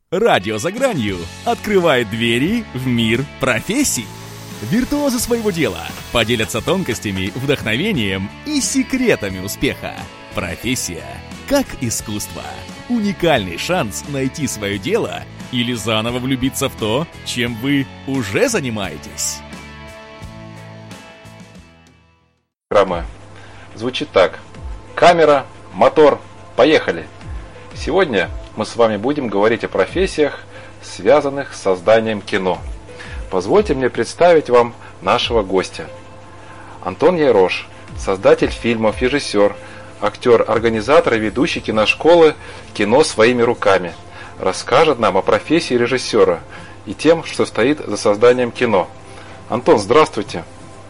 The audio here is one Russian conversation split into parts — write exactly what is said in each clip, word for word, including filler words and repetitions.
Радио «За гранью» открывает двери в мир профессий. Виртуозы своего дела поделятся тонкостями, вдохновением и секретами успеха. Профессия как искусство. Уникальный шанс найти свое дело или заново влюбиться в то, чем вы уже занимаетесь. Программа звучит так. Камера, мотор, поехали! Сегодня мы с вами будем говорить о профессиях, связанных с созданием кино. Позвольте мне представить вам нашего гостя. Антон Ярош, создатель фильмов, режиссер, актер, организатор и ведущий киношколы «Кино своими руками», расскажет нам о профессии режиссера и тем, что стоит за созданием кино. Антон, здравствуйте.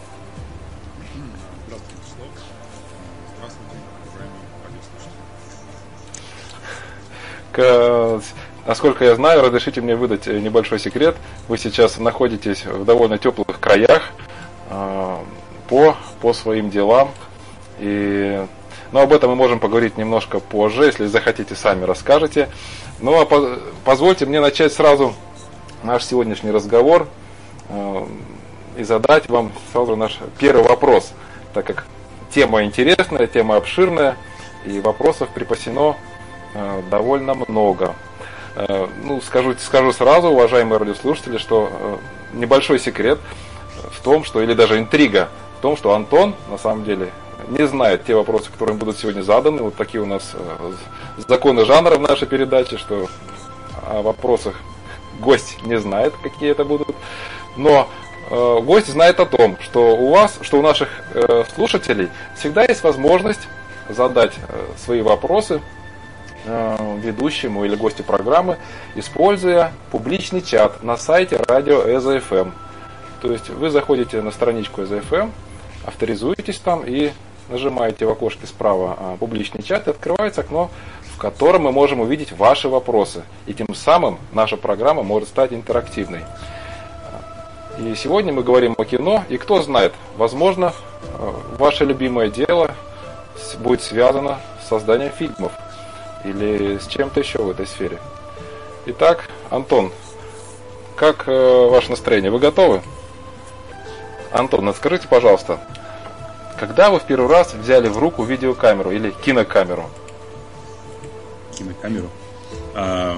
К, насколько я знаю, разрешите мне выдать небольшой секрет. Вы сейчас находитесь в довольно теплых краях э, по, по своим делам. И, но об этом мы можем поговорить немножко позже, если захотите, сами расскажете. Ну а по, позвольте мне начать сразу наш сегодняшний разговор э, и задать вам сразу наш первый вопрос, так как тема интересная, тема обширная, и вопросов припасено довольно много. Ну, скажу, скажу сразу, уважаемые радиослушатели, что небольшой секрет в том, что, или даже интрига в том, что Антон, на самом деле, не знает те вопросы, которые будут сегодня заданы. Вот такие у нас законы жанра в нашей передаче, что о вопросах гость не знает, какие это будут. Но гость знает о том, что у вас, что у наших слушателей всегда есть возможность задать свои вопросы ведущему или гостю программы, используя публичный чат на сайте радио ЭЗ эф эм. То есть вы заходите на страничку ЭЗ эф эм, авторизуетесь там и нажимаете в окошке справа публичный чат, и открывается окно, в котором мы можем увидеть ваши вопросы. И тем самым наша программа может стать интерактивной. И сегодня мы говорим о кино, и кто знает, возможно, ваше любимое дело будет связано с созданием фильмов или с чем-то еще в этой сфере. Итак, Антон, как э, ваше настроение? Вы готовы? Антон, скажите, пожалуйста, когда вы в первый раз взяли в руку видеокамеру или кинокамеру? Кинокамеру? А,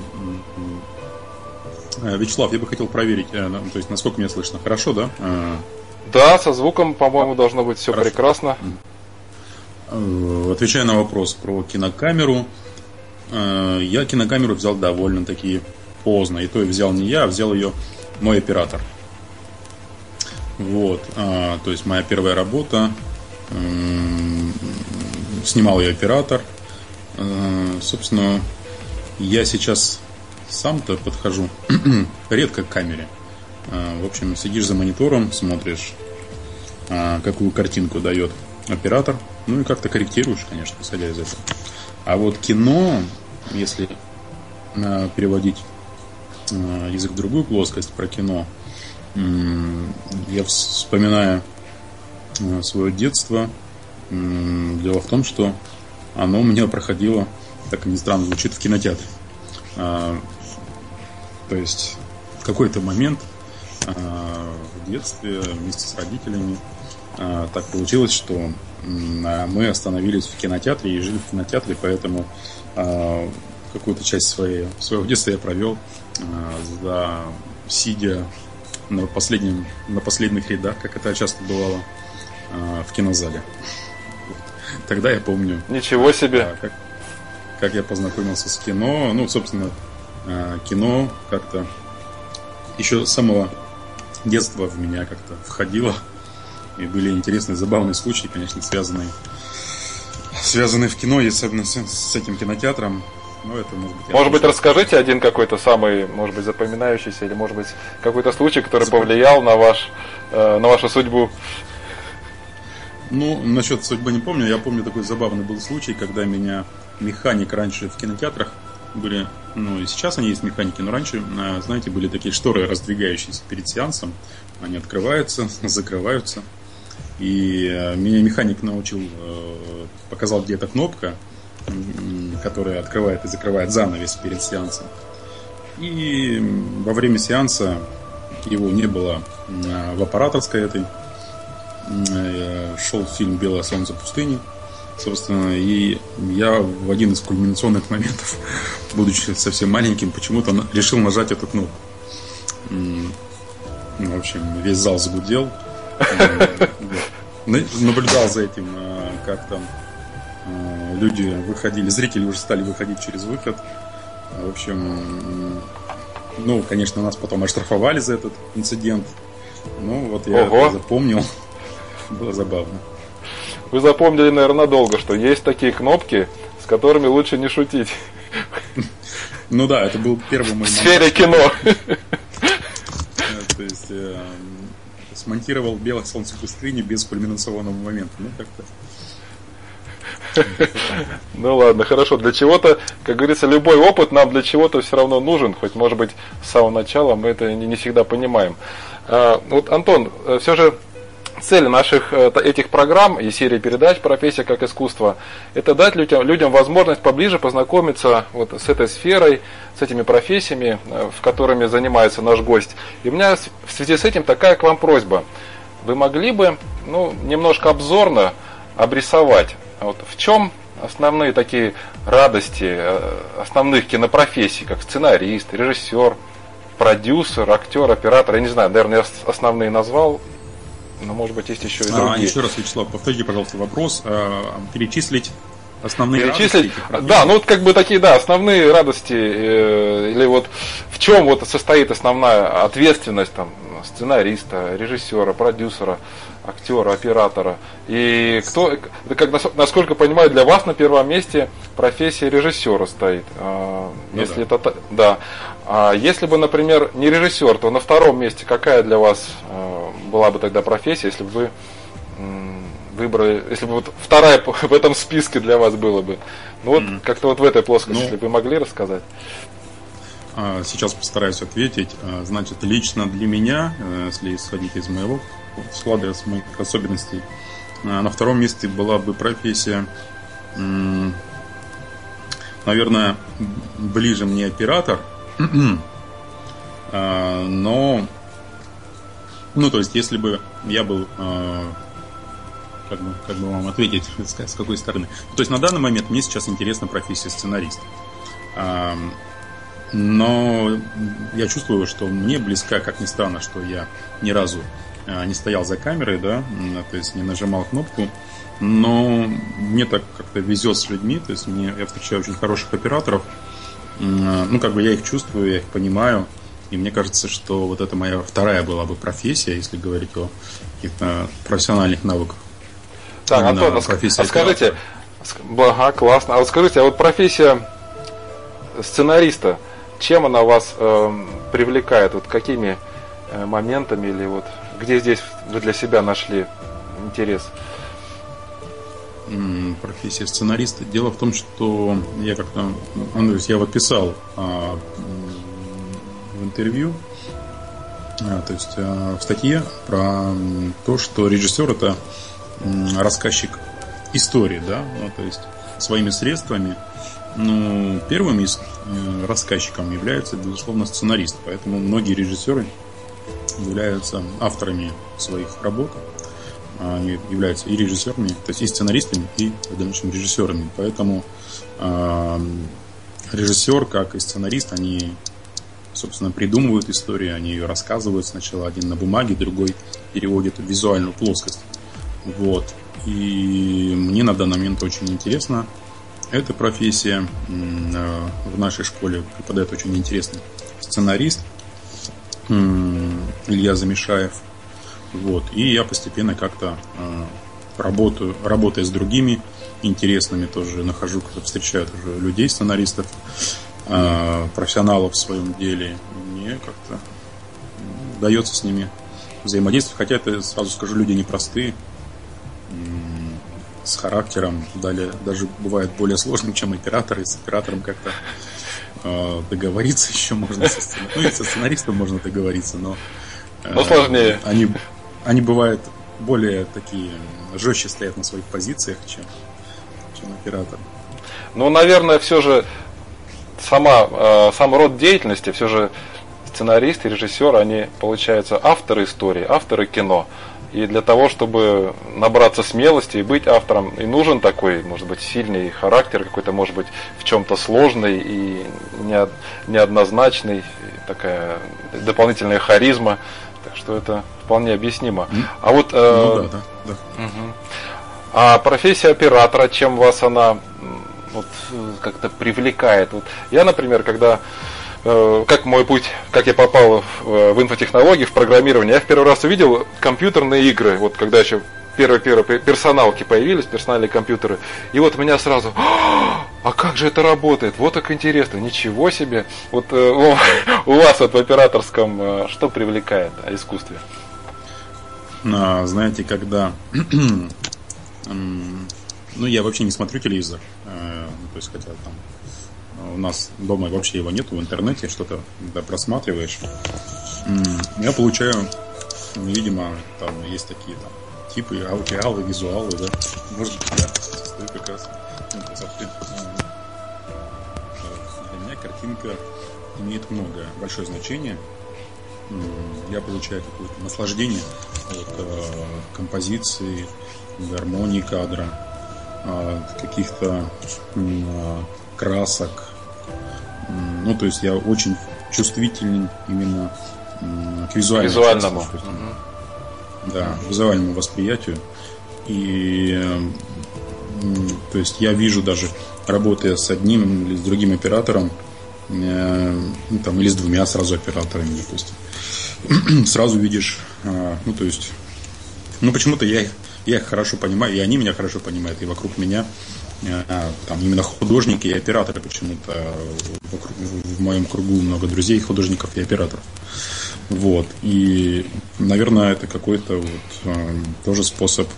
Вячеслав, я бы хотел проверить, то есть насколько меня слышно. Хорошо, да? А... Да, со звуком, по-моему, должно быть все Хорошо. Прекрасно. Отвечая на вопрос про кинокамеру, я кинокамеру взял довольно-таки поздно. И то и взял не я, а взял ее мой оператор. Вот. То есть моя первая работа, снимал ее оператор. Собственно, я сейчас сам-то подхожу редко к камере. В общем, сидишь за монитором, смотришь, какую картинку дает оператор. Ну и как-то корректируешь, конечно, исходя из этого. А вот кино, если э, переводить э, язык в другую плоскость про кино, э, я вспоминаю э, свое детство. Э, дело в том, что оно у меня проходило, так ни странно звучит, в кинотеатре. Э, то есть в какой-то момент э, в детстве вместе с родителями э, так получилось, что мы остановились в кинотеатре и жили в кинотеатре, поэтому э, какую-то часть своей, своего детства я провел, э, за, сидя на, последнем, на последних рядах, как это часто бывало, э, в кинозале. Вот. Тогда я помню... Ничего себе! Да, как, как я познакомился с кино. Ну, собственно, э, кино как-то еще с самого детства в меня как-то входило. И были интересные, забавные случаи, конечно, связанные, связанные в кино, и особенно с, с этим кинотеатром. Но это, может быть, может быть, расскажите один какой-то самый, может быть, запоминающийся, или, может быть, какой-то случай, который Запом... повлиял на, ваш, э, на вашу судьбу. Ну, насчет судьбы не помню. Я помню, такой забавный был случай, когда меня механик раньше в кинотеатрах были, ну и сейчас они есть механики, но раньше, знаете, были такие шторы, раздвигающиеся перед сеансом. Они открываются, закрываются. И меня механик научил, показал, где эта кнопка, которая открывает и закрывает занавес перед сеансом. И во время сеанса его не было в операторской этой. Шел фильм «Белое солнце пустыни». Собственно, и я в один из кульминационных моментов, будучи совсем маленьким, почему-то решил нажать эту кнопку. В общем, весь зал загудел. Наблюдал за этим, как там люди выходили, зрители уже стали выходить через выход. В общем, ну, конечно, нас потом оштрафовали за этот инцидент. Ну, вот я это запомнил. Было забавно. Вы запомнили, наверное, надолго, что есть такие кнопки, с которыми лучше не шутить. Ну да, это был первый мой монтаж. В сфере кино. То есть э, смонтировал «Белое солнце пустыни» без кульминационного момента. Ну, как-то. Ну ладно, хорошо. Для чего-то, как говорится, любой опыт нам для чего-то все равно нужен. Хоть, может быть, с самого начала мы это не, не всегда понимаем. А, вот, Антон, все же цель наших этих программ и серии передач «Профессия как искусство» – это дать людям, людям возможность поближе познакомиться вот с этой сферой, с этими профессиями, в которыми занимается наш гость. И у меня в связи с этим такая к вам просьба. Вы могли бы, ну, немножко обзорно обрисовать, вот в чем основные такие радости основных кинопрофессий, как сценарист, режиссер, продюсер, актер, оператор. Я не знаю, наверное, я основные назвал. Но, может быть, есть еще и другие. А, еще раз, Вячеслав, повторите, пожалуйста, вопрос. Перечислить основные Перечислить, радости? Да, ну вот как бы такие, да, основные радости, э, или вот в чем вот состоит основная ответственность там сценариста, режиссера, продюсера, актера, оператора. И кто, как, насколько понимаю, для вас на первом месте профессия режиссера стоит. Ну, если да. это, да. А если бы, например, не режиссер, то на втором месте какая для вас была бы тогда профессия, если бы вы выбрали, если бы вот вторая в этом списке для вас было бы. Ну вот mm-hmm. как-то вот в этой плоскости, ну, если бы вы могли рассказать. Сейчас постараюсь ответить. Значит, лично для меня, если исходить из моего склада, из моих особенностей, на втором месте была бы профессия, наверное, ближе мне оператор, но, ну, то есть, если бы я был, как бы, как бы вам ответить, с какой стороны. То есть, на данный момент мне сейчас интересна профессия сценариста. Но я чувствую, что мне близка, как ни странно, что я ни разу не стоял за камерой, да, то есть не нажимал кнопку, но мне так как-то везет с людьми, то есть мне, я встречаю очень хороших операторов, ну, как бы я их чувствую, я их понимаю, и мне кажется, что вот это моя вторая была бы профессия, если говорить о каких-то профессиональных навыках. Так, Антон, а скажите, ага, классно, а вот скажите, а вот профессия сценариста, чем она вас э, привлекает? Вот какими э, моментами или вот где здесь вы для себя нашли интерес? Профессия сценариста. Дело в том, что я как-то, ну, то есть я вот писал а, в интервью, а, то есть а, в статье про то, что режиссер это рассказчик истории, да, ну, то есть своими средствами. Ну, первым из э, рассказчиком является, безусловно, сценарист. Поэтому многие режиссеры являются авторами своих работ. Они являются и режиссерами, то есть и сценаристами, и в дальнейшем режиссерами. Поэтому э, режиссер, как и сценарист, они, собственно, придумывают историю, они ее рассказывают сначала один на бумаге, другой переводит в визуальную плоскость. Вот. И мне на данный момент очень интересно. Эта профессия. В нашей школе преподает очень интересный сценарист Илья Замешаев. Вот. И я постепенно как-то работаю, работая с другими интересными, тоже нахожу, когда встречаю тоже людей, сценаристов, профессионалов в своем деле. Мне как-то удается с ними взаимодействовать. Хотя это, сразу скажу, люди непростые, с характером, далее, даже бывает более сложным, чем операторы. С оператором как-то э, договориться еще можно. Со сценаристом. Ну и со сценаристом можно договориться, но, э, но сложнее. Они, они бывают более такие, жестче стоят на своих позициях, чем, чем оператор. Ну, наверное, все же сама, э, сам род деятельности, все же сценарист и режиссер, они, получается, авторы истории, авторы кино. И для того, чтобы набраться смелости и быть автором, и нужен такой, может быть, сильный характер, какой-то, может быть, в чем-то сложный и неоднозначный, такая дополнительная харизма. Так что это вполне объяснимо. А вот... Э, ну, да, да, да. Угу. А профессия оператора, чем вас она вот, как-то привлекает? Вот я, например, когда... Как мой путь, как я попал в инфотехнологии, в программирование, я в первый раз увидел компьютерные игры, вот когда еще первые-первые персоналки появились, персональные компьютеры, и вот меня сразу, а как же это работает, вот так интересно, ничего себе, вот у вас вот в операторском что привлекает о искусстве? Знаете, когда, ну я вообще не смотрю телевизор, то есть хотя там у нас дома вообще его нету, в интернете что-то да, просматриваешь. Я получаю, видимо, там есть такие там типы, аудиалы, визуалы, да. Может быть, я стою как раз. Для меня картинка имеет много, большое значение. Я получаю какое-то наслаждение от композиции, гармонии кадра, от каких-то красок. Ну, то есть я очень чувствителен именно к визуальному, визуальному. Угу. Да, визуальному восприятию. И то есть я вижу даже, работая с одним или с другим оператором, ну, там, или с двумя сразу операторами, допустим, сразу видишь, ну, то есть, ну, почему-то я, я их хорошо понимаю, и они меня хорошо понимают, и вокруг меня там именно художники и операторы почему-то вокруг, в моем кругу много друзей художников и операторов. Вот. И, наверное, это какой-то вот, э, тоже способ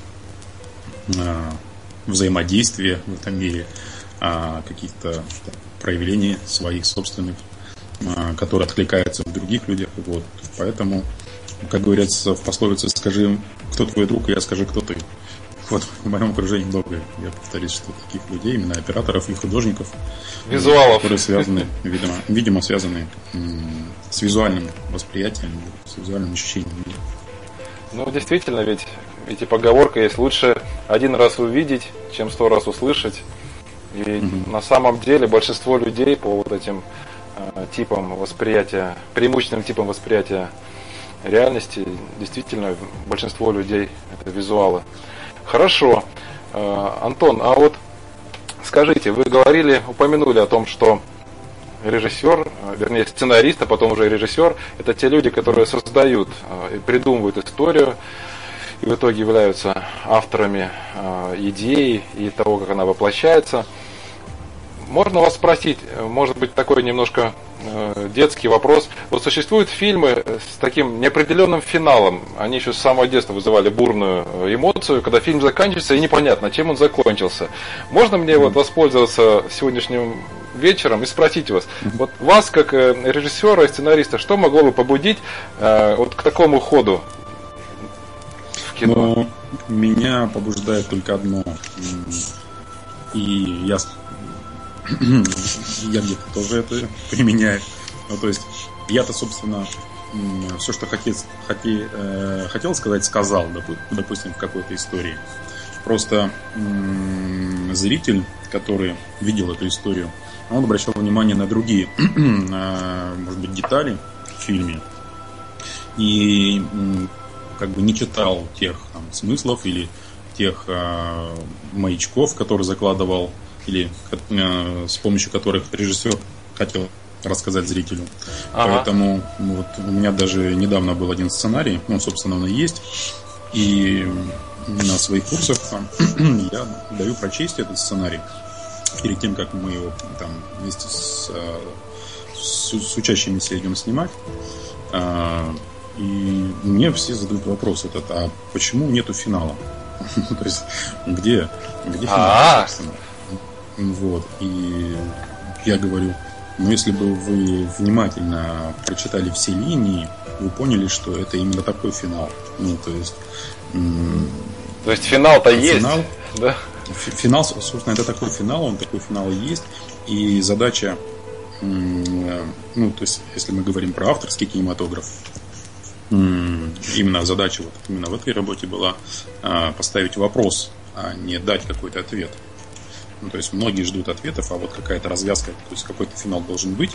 э, взаимодействия в этом мире, э, каких-то проявлений своих собственных, э, которые откликаются в других людях. Вот. Поэтому, как говорится в пословице, скажи, кто твой друг, и я скажу, кто ты. Вот в моем окружении много, я повторюсь, что таких людей, именно операторов и художников, визуалов, которые связаны, видимо, видимо связаны м- с визуальным восприятием, с визуальным ощущением. Ну, действительно, ведь, ведь и поговорка есть: лучше один раз увидеть, чем сто раз услышать. И mm-hmm. на самом деле большинство людей по вот этим э, типам восприятия, преимущественным типам восприятия реальности, действительно, большинство людей это визуалы. Хорошо. Антон, а вот скажите, вы говорили, упомянули о том, что режиссер, вернее сценарист, а потом уже режиссер, это те люди, которые создают и придумывают историю, и в итоге являются авторами идеи и того, как она воплощается. Можно вас спросить, может быть, такой немножко детский вопрос. Вот существуют фильмы с таким неопределенным финалом. Они еще с самого детства вызывали бурную эмоцию, когда фильм заканчивается и непонятно, чем он закончился. Можно мне вот воспользоваться сегодняшним вечером и спросить вас, вот вас как режиссера и сценариста, что могло бы побудить вот к такому ходу в кино? Ну, меня побуждает только одно. И я я где-то тоже это применяю. Ну, то есть, я-то, собственно, все, что хотел, хотел, э, хотел сказать, сказал, допустим, в какой-то истории. Просто м- зритель, который видел эту историю, он обращал внимание на другие, на, может быть, детали в фильме. И м- как бы не читал тех там, смыслов или тех э, маячков, которые закладывал, или э, с помощью которых режиссер хотел рассказать зрителю. Ага. Поэтому вот, у меня даже недавно был один сценарий, ну, собственно, он и есть. И на своих курсах там, я даю прочесть этот сценарий перед тем, как мы его там вместе с, с, с учащимися идем снимать. И мне все задают вопрос этот: а почему нету финала? То есть, где, где финал? Вот. И я говорю, ну, если бы вы внимательно прочитали все линии, вы поняли, что это именно такой финал. Ну, то есть... То есть финал-то есть, финал, да? Финал, собственно, это такой финал, он такой финал и есть. И задача ну, то есть, если мы говорим про авторский кинематограф, именно задача вот именно в этой работе была поставить вопрос, а не дать какой-то ответ. Ну, то есть многие ждут ответов, а вот какая-то развязка, то есть какой-то финал должен быть,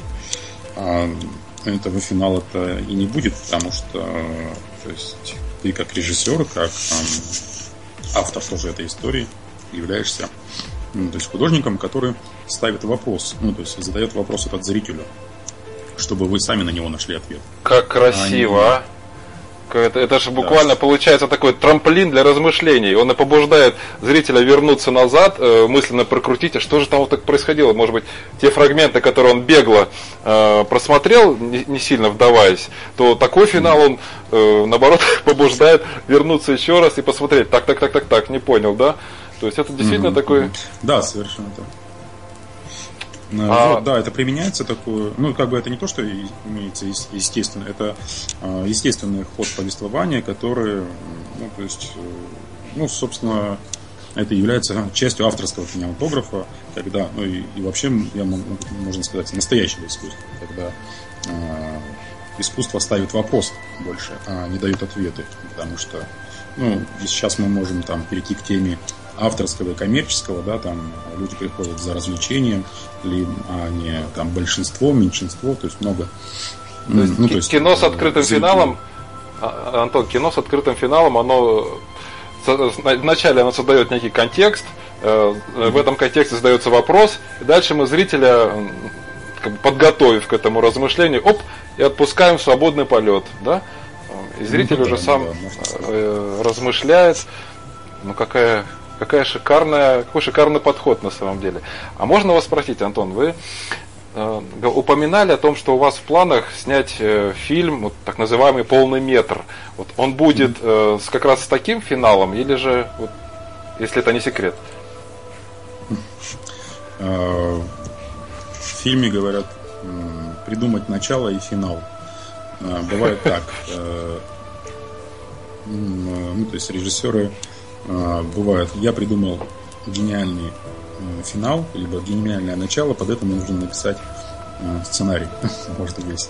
а этого финала-то и не будет, потому что то есть, ты как режиссер, как там, автор тоже этой истории являешься ну, то есть художником, который ставит вопрос, ну, то есть задает вопрос этот зрителю, чтобы вы сами на него нашли ответ. Как красиво, а! Это, это же буквально да. Получается такой трамплин для размышлений. Он и побуждает зрителя вернуться назад, э, мысленно прокрутить, а что же там вот так происходило. Может быть, те фрагменты, которые он бегло э, просмотрел, не, не сильно вдаваясь, то такой финал он, э, наоборот, побуждает вернуться еще раз и посмотреть. Так, так, так, так, так, не понял, да? То есть это действительно mm-hmm. такой... Да, совершенно так. А... Вот, да, это применяется такое, ну, как бы это не то, что имеется естественно, это естественный ход повествования, который, ну, то есть, ну, собственно, это является частью авторского кинематографа, когда, ну, и, и вообще, я могу, можно сказать, настоящего искусства, когда э, искусство ставит вопрос больше, а не дает ответы, потому что, ну, сейчас мы можем там перейти к теме авторского и коммерческого, да, там люди приходят за развлечением, либо, а не там большинство, меньшинство, то есть много. То есть, ну, то есть кино с открытым зрителей. Финалом, Антон, кино с открытым финалом, оно вначале оно создает некий контекст, в этом контексте задается вопрос, и дальше мы зрителя, как бы подготовив к этому размышлению, оп, и отпускаем в свободный полет, да, и зритель ну, уже да, сам да, размышляет, ну какая Какая шикарная, какой шикарный подход на самом деле. А можно вас спросить, Антон, вы э, упоминали о том, что у вас в планах снять э, фильм, вот, так называемый полный метр. Вот он будет э, с, как раз с таким финалом, или же, вот, если это не секрет? В фильме говорят придумать начало и финал. Бывает так. Ну, то есть режиссеры бывает, я придумал гениальный э, финал, либо гениальное начало, под это нужно написать э, сценарий, может быть.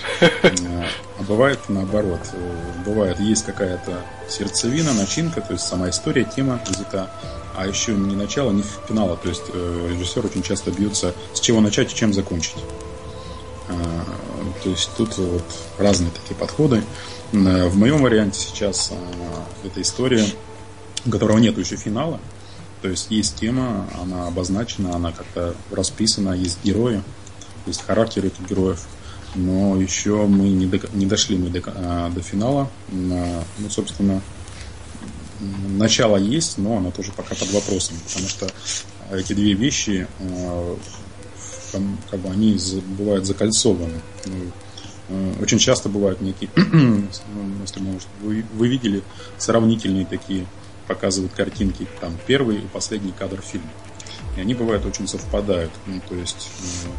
А бывает наоборот, бывает, есть какая-то сердцевина, начинка, то есть сама история, тема взята, а еще ни начала, ни финала, то есть э, режиссер очень часто бьется, с чего начать и чем закончить. Э, то есть тут вот разные такие подходы. Э, в моем варианте сейчас э, эта история, у которого нет еще финала, то есть есть тема, она обозначена, она как-то расписана, есть герои, есть характер этих героев, но еще мы не, до, не дошли мы до, до финала, ну, собственно, начало есть, но оно тоже пока под вопросом, потому что эти две вещи, как бы они бывают закольцованы. Очень часто бывают некие, если может, вы, вы видели сравнительные такие, показывают картинки, там первый и последний кадр фильма. И они бывают очень совпадают. Ну, то есть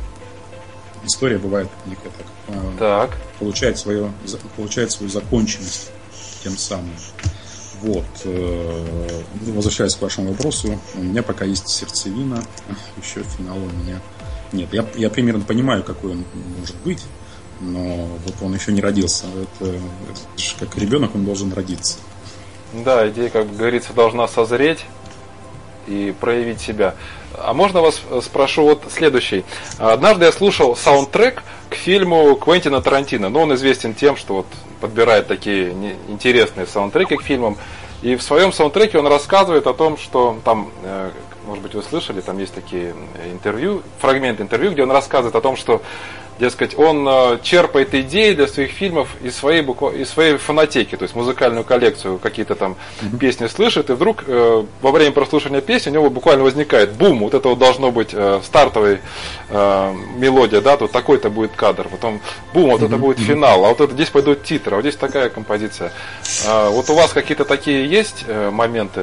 э, история бывает некая так, э, так. Получает, свое, получает свою законченность тем самым. Вот. Э, возвращаясь к вашему вопросу, у меня пока есть сердцевина, еще финала у меня нет. Я, я примерно понимаю, какой он может быть, но вот он еще не родился. Это, это же как ребенок, он должен родиться. Да, идея, как говорится, должна созреть и проявить себя. А можно вас спрошу вот следующий. Однажды я слушал саундтрек к фильму Квентина Тарантино. Ну, он известен тем, что вот подбирает такие интересные саундтреки к фильмам. И в своем саундтреке он рассказывает о том, что там, может быть, вы слышали, там есть такие интервью, фрагмент интервью, где он рассказывает о том, что, дескать, он черпает идеи для своих фильмов из своей, из своей фонотеки, то есть музыкальную коллекцию, какие-то там mm-hmm. песни слышит, и вдруг э, во время прослушивания песни у него буквально возникает бум, вот это вот должно быть э, стартовая э, мелодия, да, тут такой-то будет кадр, потом бум, вот mm-hmm. это будет финал, а вот это здесь пойдут титры, а вот здесь такая композиция. Э, вот у вас какие-то такие есть э, моменты?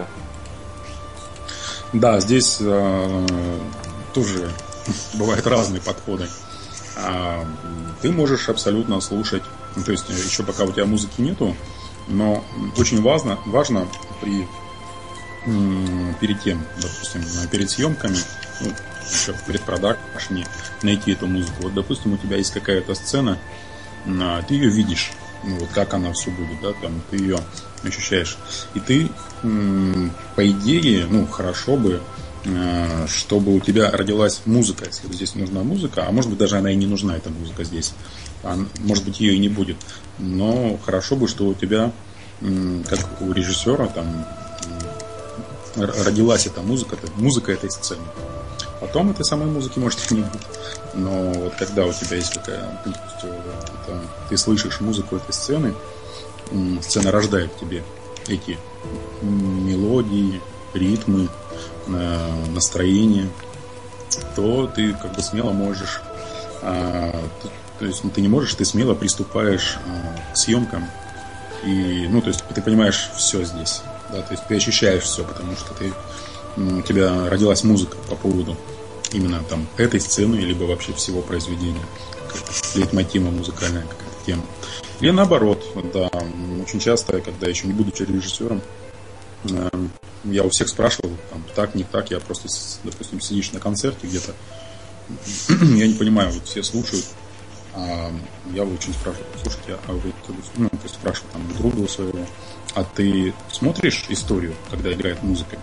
Да, здесь э, тоже бывают разные подходы. Ты можешь абсолютно слушать, то есть еще пока у тебя музыки нету, но очень важно, важно при, перед тем, допустим, перед съемками, ну, еще в предпродакшене найти эту музыку. Вот, допустим, у тебя есть какая-то сцена, ты ее видишь, ну, вот как она все будет, да, там, ты ее ощущаешь. И ты, по идее, ну, хорошо бы, чтобы у тебя родилась музыка, если здесь нужна музыка, а может быть даже она и не нужна, эта музыка здесь, а, может быть ее и не будет, но хорошо бы, что у тебя, как у режиссера, там родилась эта музыка, музыка этой сцены. Потом этой самой музыки может и не быть, но вот когда у тебя есть такая, это, ты слышишь музыку этой сцены, сцена рождает в тебе эти мелодии, ритмы, настроение, то ты как бы смело можешь, а, то есть ты не можешь, ты смело приступаешь а, к съемкам, и, ну, то есть ты понимаешь все здесь, да, то есть ты ощущаешь все, потому что ты, у тебя родилась музыка по поводу именно там этой сцены, либо вообще всего произведения, лейтмотива музыкальная какая-то тема. Или наоборот, да, очень часто, когда еще не будучи режиссером, я у всех спрашивал, там, так, не так, я просто, допустим, сидишь на концерте где-то, я не понимаю, вот все слушают, а я очень спрашиваю, слушайте, а вы, ну, то есть спрашиваю там друга своего, а ты смотришь историю, когда играет музыка?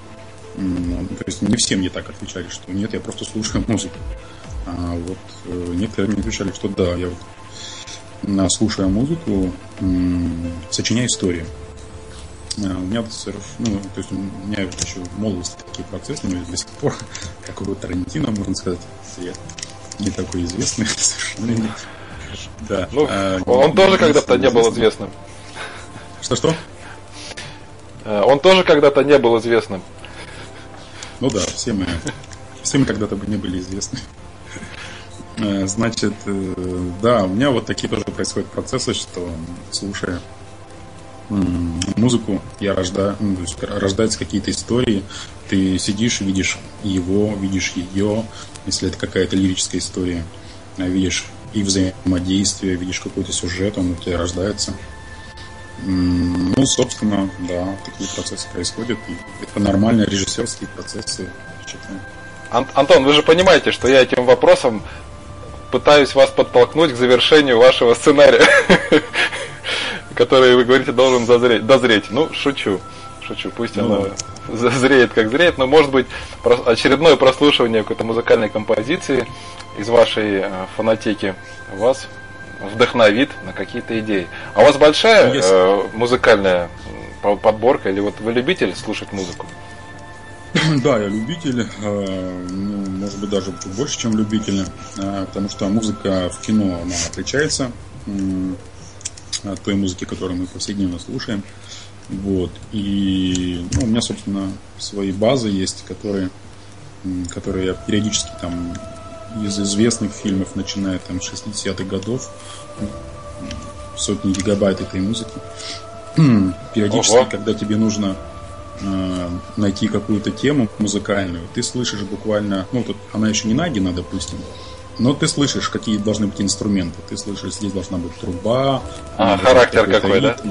То есть не все мне так отвечали, что нет, я просто слушаю музыку. А вот некоторые мне отвечали, что да, я вот, слушая музыку, сочиняю историю. У меня, ну, то есть у меня еще в молодости такие процессы, но до сих пор, как у Тарантино, можно сказать, я не такой известный совершенно. Да. Ну, а, он тоже когда-то не был известным. Что-что? Он тоже когда-то не был известным. Ну да, все мы, все мы когда-то бы не были известны. Значит, да, у меня вот такие тоже происходят процессы, что, слушая музыку, я рождаю, ну, то есть рождаются какие-то истории, ты сидишь, видишь его, видишь ее, если это какая-то лирическая история, видишь и взаимодействие, видишь какой-то сюжет, он у тебя рождается. Ну, собственно, да, такие процессы происходят, и это нормальные режиссерские процессы, считаю. Ан- Антон, вы же понимаете, что я этим вопросом пытаюсь вас подтолкнуть к завершению вашего сценария, который, вы говорите, должен зазреть, дозреть. Ну, шучу, шучу, пусть ну, оно да. зреет как зреет, но может быть очередное прослушивание какой-то музыкальной композиции из вашей фонотеки вас вдохновит на какие-то идеи. А у вас большая yes. э, музыкальная подборка, или вот вы любитель слушать музыку? Да, я любитель, э, ну, может быть даже больше, чем любитель, э, потому что музыка в кино, она отличается э, от той музыки, которую мы повседневно слушаем. Вот. И ну, у меня, собственно, свои базы есть, которые, которые я периодически там из известных фильмов, начиная там с шестидесятых годов, сотни гигабайт этой музыки. Периодически, Ого. Когда тебе нужно э, найти какую-то тему музыкальную, ты слышишь буквально, ну, тут она еще не найдена, допустим, но ты слышишь, какие должны быть инструменты. Ты слышишь, здесь должна быть труба. А, характер какой, да?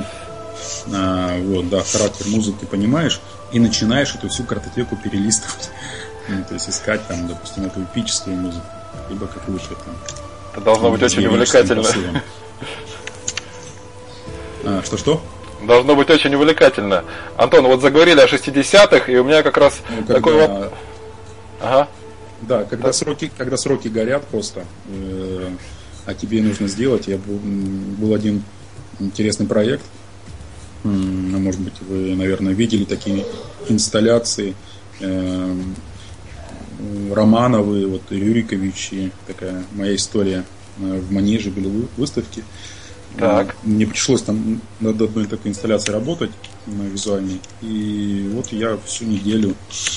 А, вот, да, характер музыки, понимаешь, и начинаешь эту всю картотеку перелистывать. Ну, то есть искать там, допустим, эту эпическую музыку, либо какую-то там. Это должно быть очень увлекательно. А, что-что? Должно быть очень увлекательно. Антон, вот заговорили о шестидесятых, и у меня как раз ну, когда... такой вот. Ага. Да, когда, да. Сроки, когда сроки горят просто, э, а тебе нужно сделать. Я был, был один интересный проект. Ну, может быть, вы, наверное, видели такие инсталляции. Э, Романовы, вот Рюриковичи, такая моя история. В Манеже были выставки. Так. Мне пришлось там над одной такой инсталляцией работать визуальной. И вот я всю неделю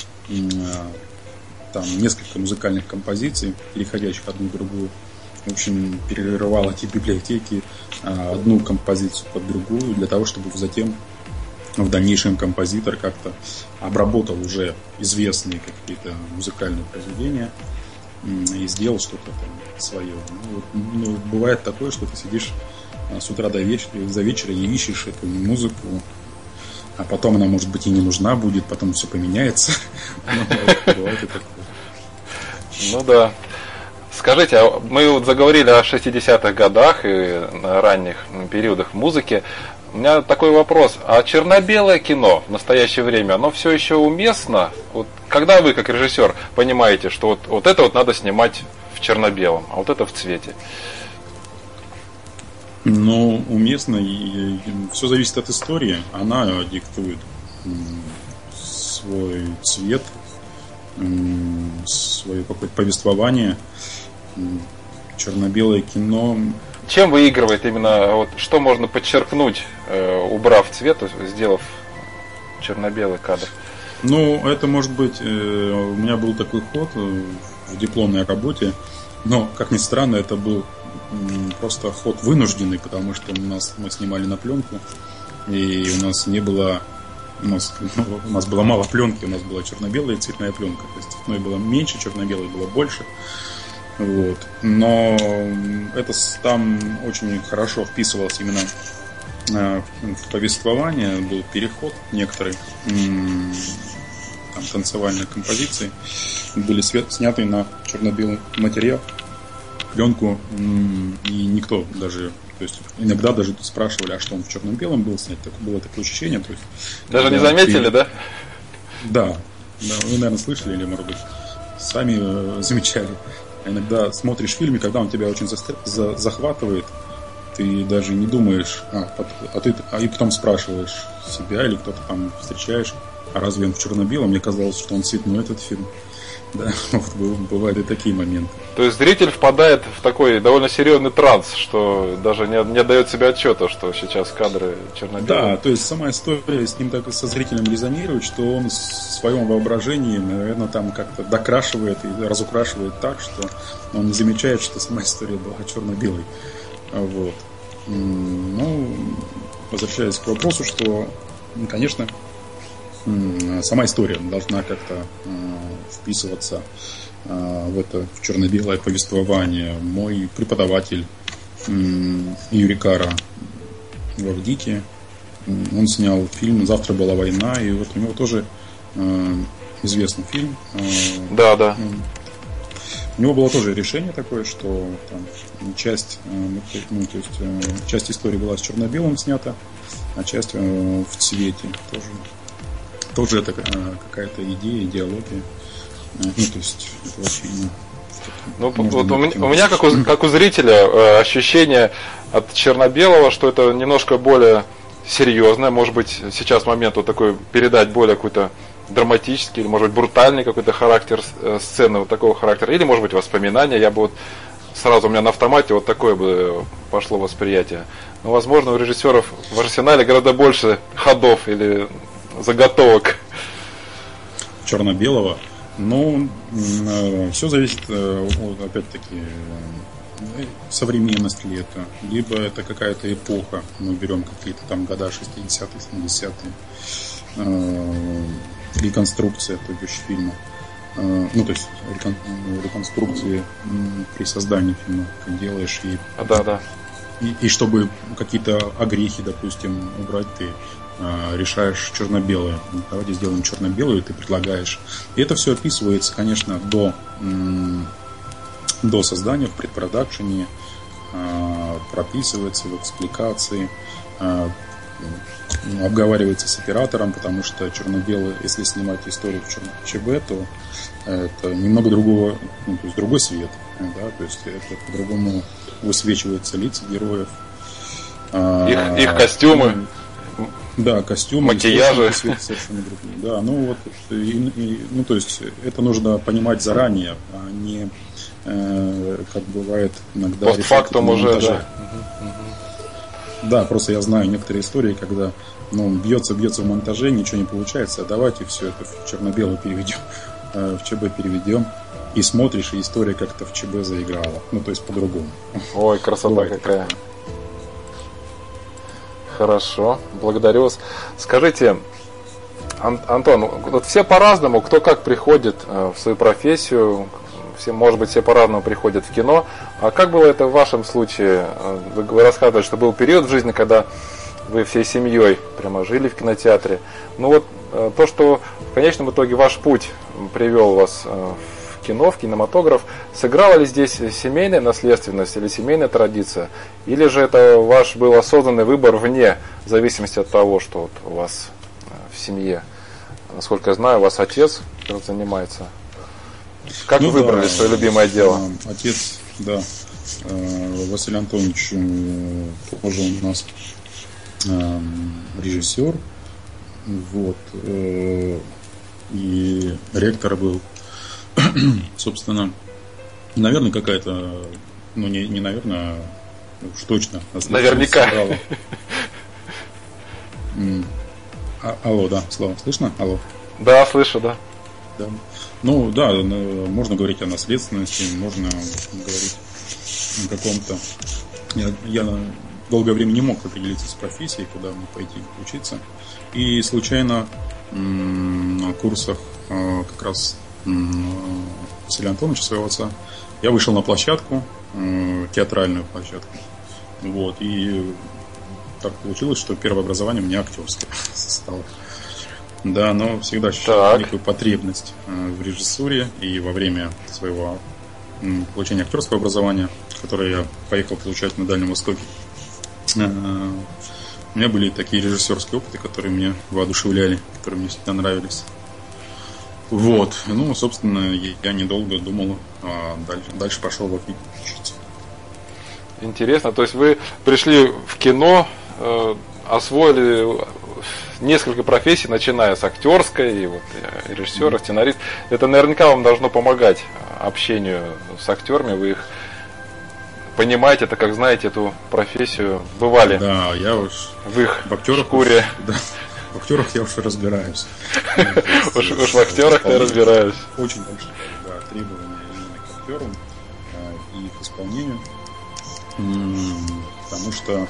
там несколько музыкальных композиций, переходящих одну к другую, в общем, перерывал эти библиотеки, одну композицию под другую, для того, чтобы затем в дальнейшем композитор как-то обработал уже известные какие-то музыкальные произведения и сделал что-то там свое. Ну, ну, бывает такое, что ты сидишь с утра до вечера, до вечера и ищешь эту музыку, а потом она, может быть, и не нужна будет, потом все поменяется. Ну да. Скажите, а мы вот заговорили о шестидесятых годах и ранних периодах музыки. У меня такой вопрос. А черно-белое кино в настоящее время, оно все еще уместно? Вот когда вы, как режиссер, понимаете, что вот, вот это вот надо снимать в черно-белом, а вот это в цвете? Ну, уместно. И, и, все зависит от истории. Она диктует свой цвет, свое какое-то повествование. Черно-белое кино. Чем выигрывает именно, вот, что можно подчеркнуть, э, убрав цвет, сделав черно-белый кадр? Ну, это может быть, э, у меня был такой ход в дипломной работе, но, как ни странно, это был м, просто ход вынужденный, потому что у нас мы снимали на пленку, и у нас не было, у нас, ну, у нас было мало пленки, у нас была черно-белая и цветная пленка, то есть цветной было меньше, черно-белой было больше. Вот. Но это там очень хорошо вписывалось именно э, в повествование, был переход некоторый, м- там танцевальные композиции были свет, сняты на черно-белый материал, пленку, м- и никто даже, то есть иногда даже спрашивали, а что он в черно-белом был снят, так, было такое ощущение, то есть, даже не заметили, ты... да? Да, да, вы, наверное, слышали или, может быть, сами э, замечали. Иногда смотришь фильм, и когда он тебя очень за, за, захватывает, ты даже не думаешь, а, а ты а и потом спрашиваешь себя или кто-то там встречаешь, а разве он в черно-белом? Мне казалось, что он цветной, этот фильм. Да, вот, бывают и такие моменты. То есть зритель впадает в такой довольно серьезный транс, что даже не, не отдает себе отчета, что сейчас кадры черно-белые. Да, то есть сама история с ним так со зрителем резонирует, что он в своем воображении, наверное, там как-то докрашивает и разукрашивает так, что он не замечает, что сама история была черно-белой. Вот. Ну, возвращаясь к вопросу, что, конечно, сама история должна как-то вписываться в это в черно-белое повествование. Мой преподаватель Юрий Кара в Авдике, он снял фильм «Завтра была война», и вот у него тоже известный фильм. Да, да. У него было тоже решение такое, что там часть, ну, то есть, часть истории была с черно-белым снята, а часть в цвете тоже. Тоже это какая-то идея, идеология. Ну, то есть, это очень... Ну, вот у меня, у меня как, у, как у зрителя, ощущение от черно-белого, что это немножко более серьезное. Может быть, сейчас момент вот такой передать более какой-то драматический, или, может быть, брутальный какой-то характер сцены, вот такого характера. Или, может быть, воспоминания. Я бы вот сразу у меня на автомате вот такое бы пошло восприятие. Но, возможно, у режиссеров в арсенале гораздо больше ходов или заготовок черно-белого. Ну, все зависит, опять-таки, современность ли это, либо это какая-то эпоха, мы берем какие-то там года шестидесятые, семидесятые, реконструкция, то бишь, фильма, ну, то есть реконструкции при создании фильма, как делаешь, и, да, да. и, и чтобы какие-то огрехи, допустим, убрать, ты решаешь черно-белое. Давайте сделаем черно-белую, ты предлагаешь. И это все описывается, конечно, до, до создания, в предпродакшене, прописывается в экспликации, обговаривается с оператором, потому что черно-белый, если снимать историю в ЧБ, то это немного другого, ну, то есть другой свет, да, то есть это по-другому высвечиваются лица героев. Их, их костюмы. Да, костюмы, макияжи. Совершенно другие. Да, ну вот, и, и, ну то есть это нужно понимать заранее, а не э, как бывает иногда. Постфактум уже, да. Да, просто я знаю некоторые истории, когда ну, бьется, бьется в монтаже, ничего не получается, а давайте все это в черно-белый переведем, э, в ЧБ переведем. И смотришь, и история как-то в ЧБ заиграла. Ну, то есть по-другому. Ой, красота какая. Хорошо, благодарю вас. Скажите, Антон, вот все по-разному, кто как приходит в свою профессию, все, может быть, все по-разному приходят в кино. А как было это в вашем случае? Вы рассказывали, что был период в жизни, когда вы всей семьей прямо жили в кинотеатре. Ну вот то, что в конечном итоге ваш путь привел вас в в кино, в кинематограф. Сыграла ли здесь семейная наследственность или семейная традиция? Или же это ваш был осознанный выбор вне зависимости от того, что вот у вас в семье? Насколько я знаю, у вас отец занимается. Как ну, вы выбрали да, свое любимое дело? Отец, да, Василий Антонович тоже у нас режиссер, вот, и ректор был, собственно, наверное, какая-то, ну не, не наверное, а уж точно. Наверняка. А, алло, да, Слава, слышно? Алло. Да, слышу, да. Да. Ну да, можно говорить о наследственности, можно говорить о каком-то. Я, я долгое время не мог определиться с профессией, куда мне пойти учиться. И случайно м- на курсах э, как раз м- Василия Антоновича, своего отца, я вышел на площадку, э, театральную площадку. Вот, и так получилось, что первое образование у меня актерское стало. Да, но всегда ощущал некую потребность в режиссуре, и во время своего получения актерского образования, которое я поехал получать на Дальнем Востоке, у меня были такие режиссерские опыты, которые меня воодушевляли, которые мне всегда нравились. Вот, ну, собственно, я недолго думал, а дальше, дальше пошел в АФИ учиться. Интересно, то есть вы пришли в кино, э, освоили несколько профессий, начиная с актерской, и вот режиссера, сценарист. Это наверняка вам должно помогать общению с актерами. Вы их понимаете, это как знаете эту профессию, бывали. Да, я уж в их в актерах шкуре. Уж, да, в актерах я уж разбираюсь. Уж в актерах я разбираюсь. Очень большие требования именно к актерам и к исполнению. Потому что,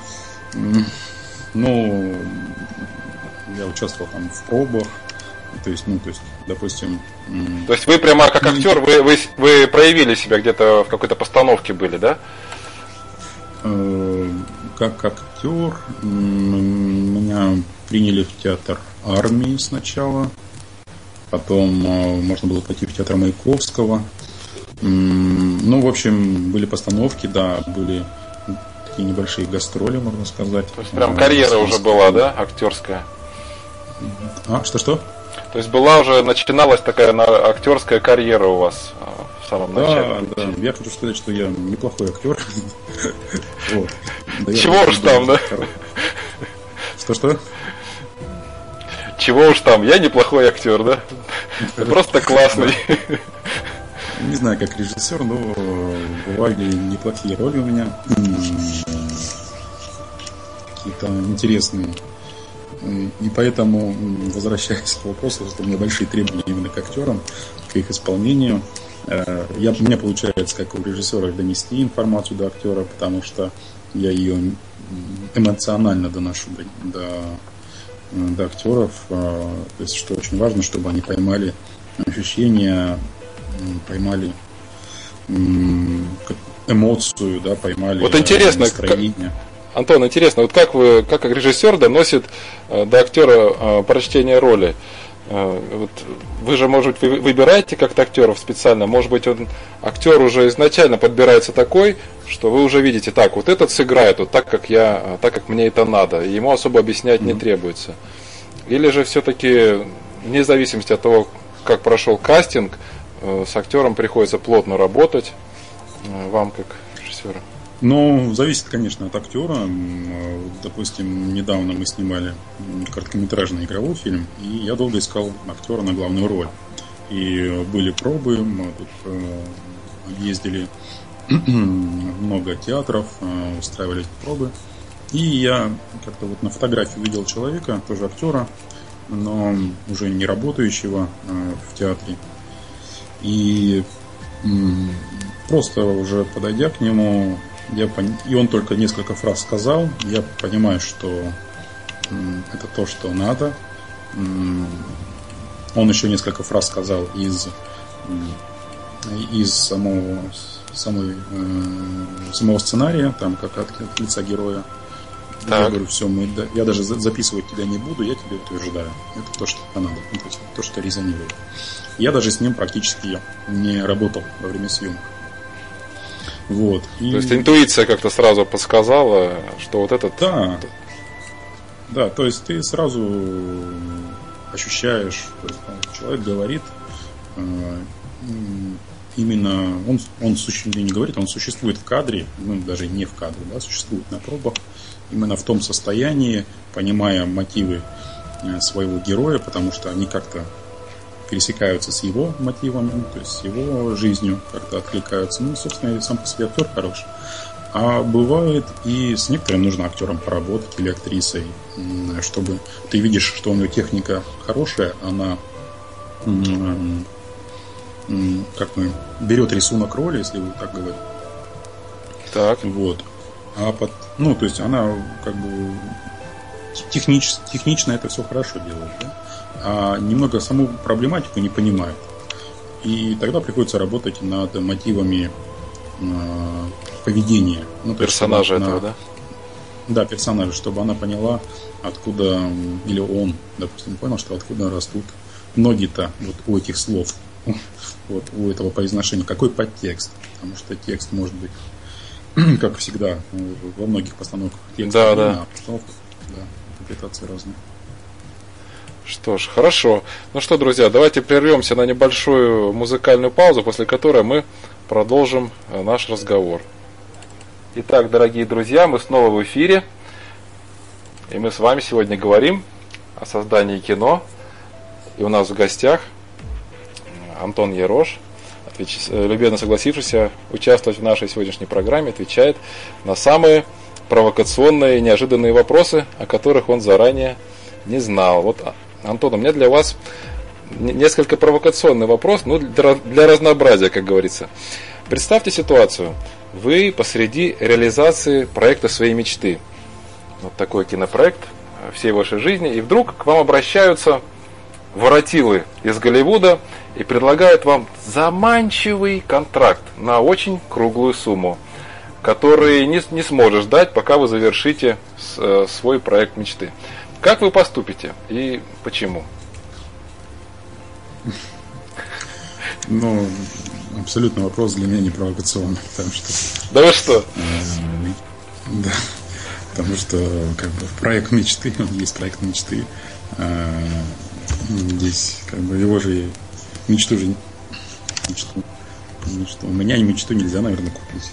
ну, я участвовал там в пробах, то есть, ну, то есть, допустим... То есть вы прямо как актер, вы, вы, вы проявили себя где-то в какой-то постановке были, да? Как актер меня приняли в театр армии сначала, потом можно было пойти в театр Маяковского. Ну, в общем, были постановки, да, были такие небольшие гастроли, можно сказать. То есть прям карьера уже была, да, актерская? А, что-что? То есть была уже, начиналась такая актерская карьера у вас в самом да, начале? Да, я хочу сказать, что я неплохой актер. Чего уж там, да? Что-что? Чего уж там, я неплохой актер, да? Просто классный. Не знаю, как режиссер, но бывали неплохие роли у меня. Какие-то интересные. И поэтому, возвращаясь к вопросу, что у меня большие требования именно к актерам, к их исполнению. Я, у меня получается, как у режиссера, донести информацию до актера, потому что я ее эмоционально доношу до, до, до актеров. То есть, что очень важно, чтобы они поймали ощущения, поймали эмоцию, да, поймали вот интересно, настроение. Как... Антон, интересно, вот как вы, как режиссер, доносит э, до актера э, прочтение роли? Э, вот вы же, может быть, вы выбираете как-то актеров специально, может быть, он, актер уже изначально подбирается такой, что вы уже видите, так, вот этот сыграет вот так, как я, так, как мне это надо, и ему особо объяснять mm-hmm. не требуется. Или же все-таки, вне зависимости от того, как прошел кастинг, э, с актером приходится плотно работать, э, вам как режиссеру? Ну, зависит, конечно, от актера. Допустим, недавно мы снимали короткометражный игровой фильм, и я долго искал актера на главную роль. И были пробы, мы тут ездили много театров, устраивали пробы. И я как-то вот на фотографии увидел человека, тоже актера, но уже не работающего в театре. И просто уже подойдя к нему, я пон... и он только несколько фраз сказал, я понимаю, что это то, что надо. Он еще несколько фраз сказал из, из самого, самой, самого сценария, там как от лица героя. Так. Я говорю, все, мы, я даже записывать тебя не буду, я тебе утверждаю. Это то, что надо, то, что резонирует. Я даже с ним практически не работал во время съемок. Вот. И... То есть интуиция как-то сразу подсказала, что вот этот... Да, да, то есть ты сразу ощущаешь, то есть, человек говорит, именно он, он не говорит, он существует в кадре, ну даже не в кадре, да, существует на пробах, именно в том состоянии, понимая мотивы своего героя, потому что они как-то пересекаются с его мотивами, то есть с его жизнью как-то откликаются. Ну, собственно, сам по себе актер хорош. А бывает и с некоторым нужно актером поработать или актрисой, чтобы ты видишь, что у нее техника хорошая, она как мы берет рисунок роли, если вы так говорите. Так. Вот. А под, ну, то есть она как бы технич, технично это все хорошо делает, да? А немного саму проблематику не понимает. И тогда приходится работать над мотивами э, поведения. Ну, персонажа есть, этого, она, да? Да, персонажа, чтобы она поняла, откуда, или он, допустим, понял, что откуда растут ноги-то вот у этих слов, вот, у этого произношения. Какой подтекст? Потому что текст может быть, как всегда, во многих постановках текст, да, да. А постановка, да, интерпретации разные. Что ж, хорошо. Ну что, друзья, давайте прервемся на небольшую музыкальную паузу, после которой мы продолжим наш разговор. Итак, дорогие друзья, мы снова в эфире. И мы с вами сегодня говорим о создании кино. И у нас в гостях Антон Ярош, любезно согласившийся участвовать в нашей сегодняшней программе, отвечает на самые провокационные и неожиданные вопросы, о которых он заранее не знал. Вот, Антон, у меня для вас несколько провокационный вопрос, ну, для, для разнообразия, как говорится. Представьте ситуацию. Вы посреди реализации проекта своей мечты. Вот такой кинопроект всей вашей жизни. И вдруг к вам обращаются воротилы из Голливуда и предлагают вам заманчивый контракт на очень круглую сумму, который не, не сможешь дать, пока вы завершите с, свой проект мечты. Как вы поступите и почему? Ну, абсолютно вопрос для меня не провокационный, потому что... Да вы что? Да, потому что как бы проект мечты, он есть проект мечты. Здесь как бы его же мечту же мечту, мечту. У меня и мечту нельзя, наверное, купить.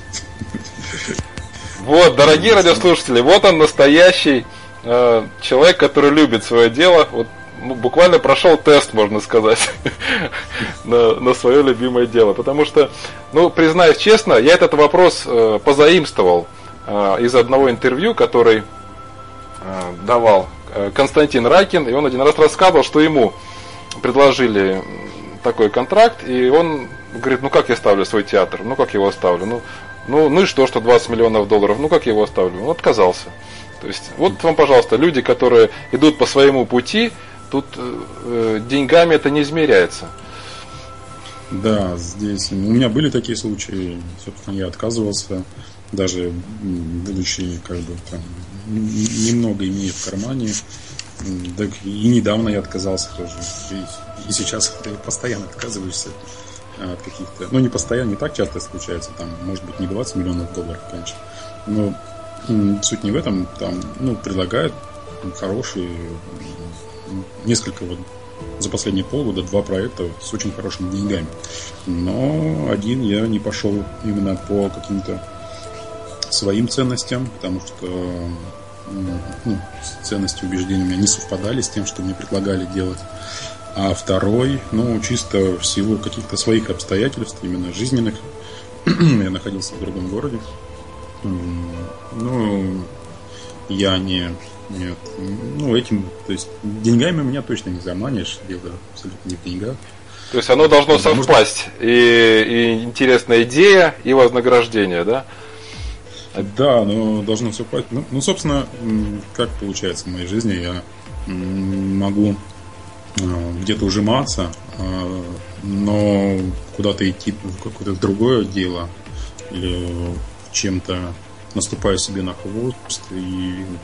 Вот, дорогие радиослушатели, вот он настоящий э, человек, который любит свое дело. Вот, ну, буквально прошел тест, можно сказать, на, на свое любимое дело. Потому что, ну, признаюсь честно, я этот вопрос э, позаимствовал э, из одного интервью, который э, давал э, Константин Райкин, и он один раз рассказывал, что ему предложили такой контракт, и он говорит, ну как я ставлю свой театр, ну как его оставлю, ну, ну, ну и что, что двадцать миллионов долларов, ну как я его оставлю, он отказался. То есть, вот вам, пожалуйста, люди, которые идут по своему пути, тут э, деньгами это не измеряется. Да, здесь у меня были такие случаи, собственно, я отказывался, даже будучи как бы там немного имея в кармане. Так и недавно я отказался тоже. И, и сейчас ты постоянно отказываешься от каких-то... Ну, не постоянно, не так часто случается. Там, может быть, не двадцать миллионов долларов, конечно. Но м, суть не в этом. Там, ну, предлагают хорошие... Несколько вот за последние полгода два проекта с очень хорошими деньгами. Но один я не пошел именно по каким-то своим ценностям, потому что... Ну, ценности убеждения у меня не совпадали с тем, что мне предлагали делать. А второй, ну, чисто в силу каких-то своих обстоятельств, именно жизненных, я находился в другом городе. Ну, я не, нет, ну, этим, то есть, деньгами меня точно не заманишь, дело абсолютно не в деньгах. То есть, оно должно Потому совпасть, что... и, и интересная идея, и вознаграждение, да? Да, но должно совпасть. Ну, ну, собственно, как получается в моей жизни, я могу где-то ужиматься, но куда-то идти в какое-то другое дело или чем-то наступаю себе на хвост и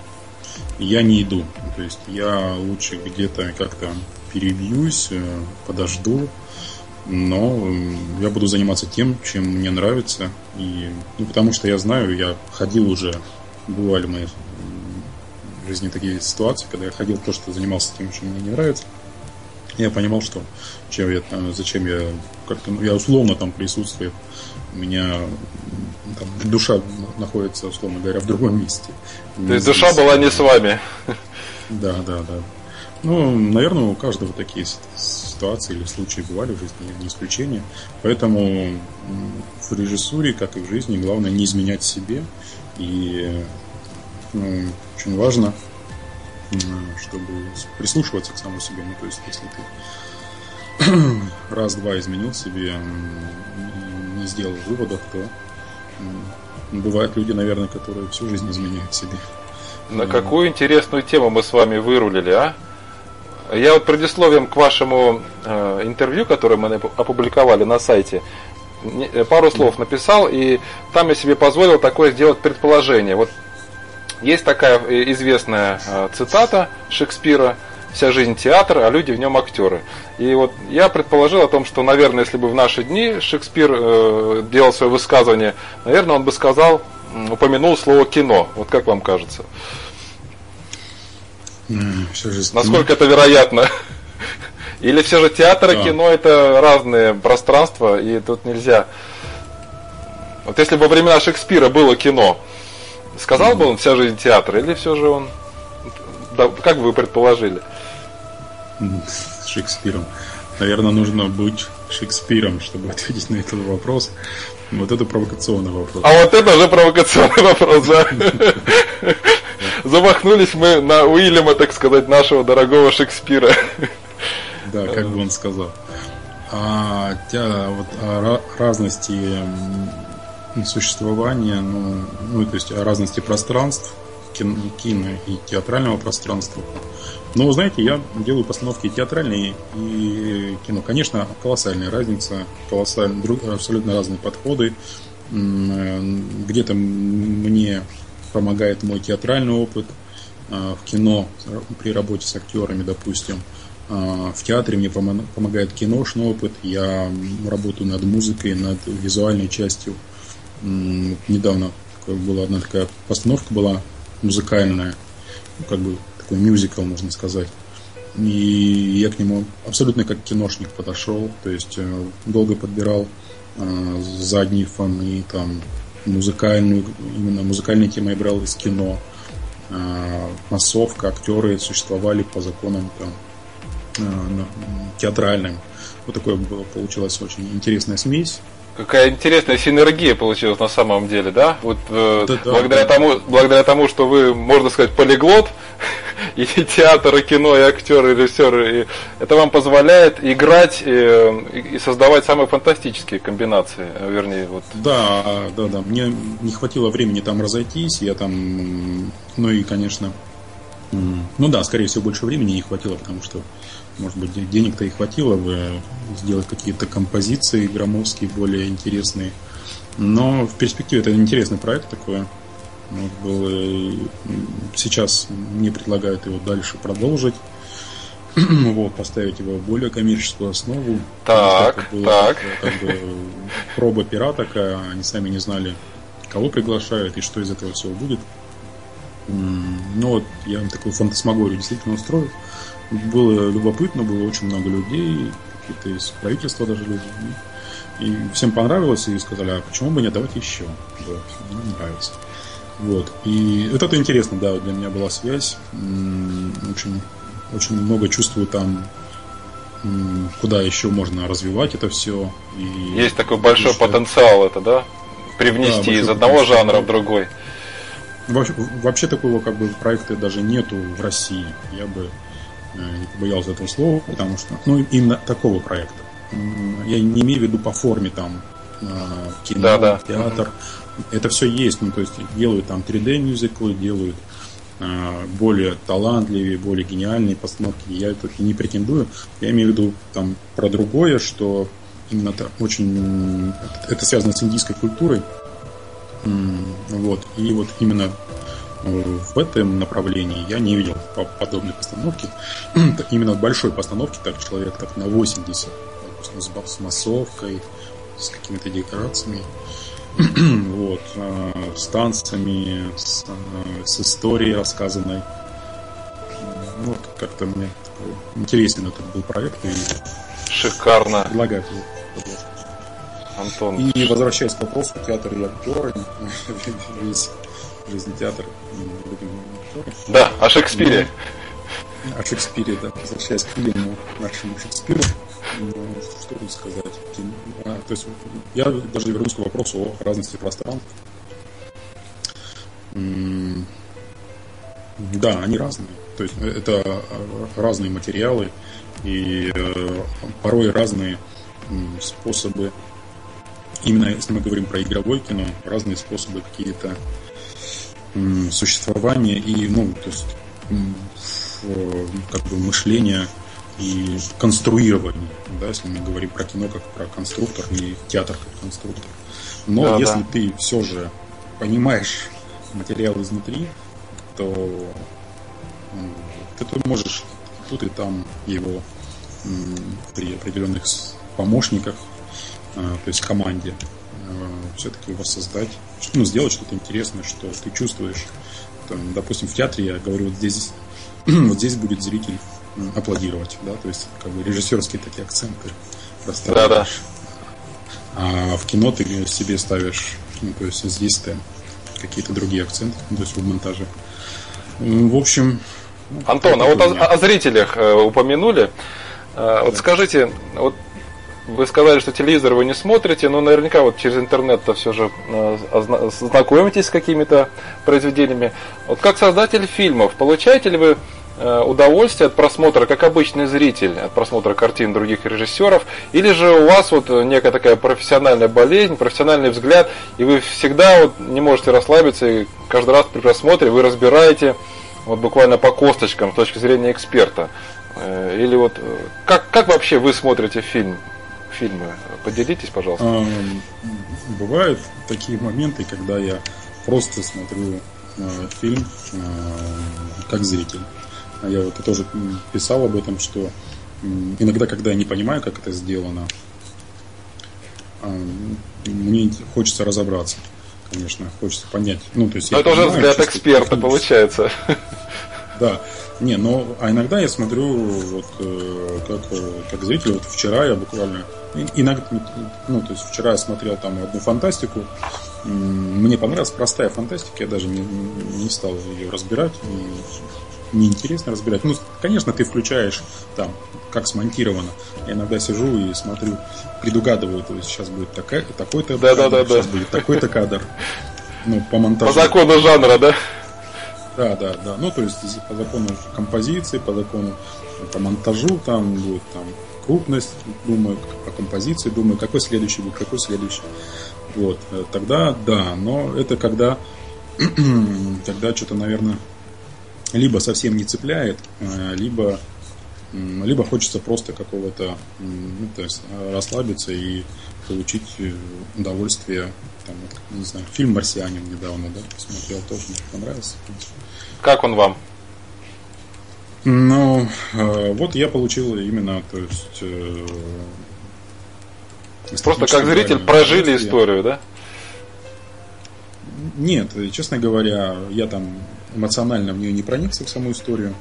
я не иду. То есть я лучше где-то как-то перебьюсь, подожду, но я буду заниматься тем, чем мне нравится. И, ну, потому что я знаю, я ходил уже, бывали в моей жизни такие ситуации, когда я ходил то, что занимался тем, чем мне не нравится. Я понимал, что чем я, зачем я как-то, я условно там присутствую, у меня там, душа находится, условно говоря, в другом месте. То есть душа была не с вами. Да, да, да. Ну, наверное, у каждого такие ситуации или случаи бывали в жизни, не исключение. Поэтому в режиссуре, как и в жизни, главное не изменять себе. И ну, очень важно, чтобы прислушиваться к самому себе. Ну, то есть, если ты раз-два изменил себе, не сделал выводов, то бывают люди, наверное, которые всю жизнь изменяют себе. На какую интересную тему мы с вами вырулили, а? Я вот предисловием к вашему э, интервью, которое мы опубликовали на сайте, пару слов написал, и там я себе позволил такое сделать предположение. Вот есть такая известная э, цитата Шекспира: «Вся жизнь театр, а люди в нем актеры». И вот я предположил о том, что, наверное, если бы в наши дни Шекспир э, делал свое высказывание, наверное, он бы сказал, упомянул слово кино. Вот как вам кажется? Mm, Насколько это вероятно? Или все же театр и да. кино это разные пространства, и тут нельзя. Вот если бы во времена Шекспира было кино, сказал mm-hmm. бы он «вся жизнь театр», или все же он, да, как бы вы предположили? С Шекспиром. Наверное, нужно быть Шекспиром, чтобы ответить на этот вопрос. Вот это провокационный вопрос. А вот это уже провокационный вопрос, да. Замахнулись мы на Уильяма, так сказать, нашего дорогого Шекспира. Да, как бы он сказал. А, те, вот, о разности существования, ну, ну, то есть о разности пространств, кино, кино и театрального пространства. Но, знаете, я делаю постановки театральные и кино. Конечно, колоссальная разница, колоссальные, абсолютно разные подходы. Где-то мне помогает мой театральный опыт, в кино при работе с актерами, допустим. В театре мне помогает киношный опыт. Я работаю над музыкой, над визуальной частью. Недавно была одна такая постановка, была музыкальная, как бы такой мюзикл, можно сказать. И я к нему абсолютно как киношник подошел. То есть долго подбирал задние фоны, там музыкальную, именно музыкальные темы я брал из кино. Массовка, актеры существовали по законам там, театральным. Вот такое было, получилась очень интересная смесь. Какая интересная синергия получилась на самом деле, да? Вот э, да, благодаря, да. тому, благодаря тому, что вы, можно сказать, полиглот, и театр, и кино, и актер, и режиссер, и это вам позволяет играть и, и создавать самые фантастические комбинации, вернее, вот. Да, да, да. Мне не хватило времени там разойтись, я там, ну и, конечно, ну да, скорее всего, больше времени не хватило, потому что, может быть, денег-то и хватило бы сделать какие-то композиции громоздкие, более интересные. Но в перспективе это интересный проект такой. Вот был, сейчас мне предлагают его дальше продолжить. Вот, поставить его в более коммерческую основу. Так, было, так. Как бы, проба пера такая, они сами не знали, кого приглашают и что из этого всего будет. Ну вот, я им такую фантасмагорию действительно устроил. Было любопытно, было очень много людей, какие-то из правительства даже люди. И всем понравилось, и сказали, а почему бы не давать еще? Вот, мне нравится. Вот. И это, это интересно, да, для меня была связь. Очень, очень много чувствую там, куда еще можно развивать это все. И есть такой большой что... потенциал это, да? Привнести да, из одного потенциал. жанра в другой. Вообще, вообще такого как бы проекта даже нету в России. Я бы не побоялся этого слова, потому что, ну, именно такого проекта. Я не имею в виду по форме там кино, да, да. театр. Mm-hmm. Это все есть, ну, то есть делают там три дэ-мюзиклы, делают э, более талантливые, более гениальные постановки. Я это не претендую. Я имею в виду там про другое, что именно это очень это связано с индийской культурой. Mm, вот. И вот именно в этом направлении я не видел подобной постановки. Именно большой постановки, так человек так на восемьдесят, допустим, с массовкой, с какими-то декорациями, вот, с танцами, с, с историей рассказанной. Вот, как-то мне интересен этот был проект. И шикарно. Предлагаю его продолжить. Антон. И возвращаясь к вопросу театра и актеры, весь жизнь театр. Да, о Шекспире. Ну, о Шекспире, да. Возвращаясь к фильму нашему Шекспиру, ну, что тут сказать? А, то есть я даже вернусь к вопросу о разности пространств. Да, они разные. То есть это разные материалы и э, порой разные м, способы. Именно если мы говорим про игровое кино, разные способы какие-то м, существования и, ну, то есть м, в, как бы мышления и конструирования. Да, если мы говорим про кино как про конструктор и театр как конструктор. Но да, если да. ты все же понимаешь материал изнутри, то ты можешь тут и там его при определенных помощниках, то есть команде, все-таки воссоздать, ну, сделать что-то интересное, что ты чувствуешь. Там, допустим, в театре я говорю, вот здесь, вот здесь будет зритель аплодировать, да, то есть как бы режиссерские такие акценты расставляешь. Да, да. А в кино ты себе ставишь, ну, то есть здесь ты какие-то другие акценты, то есть в монтаже. В общем... Антон, а вот о, о зрителях э, упомянули. Э, вот скажите, вот вы сказали, что телевизор вы не смотрите, но наверняка вот через интернет-то все же э, знакомитесь с какими-то произведениями. Вот как создатель фильмов, получаете ли вы э, удовольствие от просмотра, как обычный зритель, от просмотра картин других режиссеров, или же у вас вот некая такая профессиональная болезнь, профессиональный взгляд, и вы всегда вот не можете расслабиться, и каждый раз при просмотре вы разбираете вот буквально по косточкам с точки зрения эксперта? Или вот как, как вообще вы смотрите фильм, фильмы? Поделитесь, пожалуйста. Бывают такие моменты, когда я просто смотрю фильм как зритель. Я вот тоже писал об этом, что иногда, когда я не понимаю, как это сделано, мне хочется разобраться. Конечно, хочется понять. Ну, то есть но я это уже понимаю, взгляд эксперта получается. Да. Не, но а иногда я смотрю вот как, как зритель. Вот вчера я буквально иногда, ну, то есть вчера я смотрел там одну фантастику. Мне понравилась простая фантастика, я даже не, не стал ее разбирать. Неинтересно разбирать. Ну, конечно, ты включаешь там, как смонтировано. Я иногда сижу и смотрю, предугадываю, то есть сейчас будет такая, такой-то да, кадр, да, да, сейчас да. будет такой-то кадр. Ну, по монтажу. По закону жанра, да? Да, да, да. Ну, то есть по закону композиции, по закону по монтажу там будет там крупность, думаю, по композиции, думаю, какой следующий будет, какой следующий. Вот. Тогда да, но это когда когда что-то, наверное, либо совсем не цепляет, либо, либо хочется просто какого-то, ну, то есть расслабиться и получить удовольствие. Там, не знаю, фильм «Марсианин» недавно, да, посмотрел, тоже мне понравился. Как он вам? Ну, вот я получил именно, то есть... Просто как зритель прожили историю, да? Нет, честно говоря, я там эмоционально в нее не проникся в саму историю.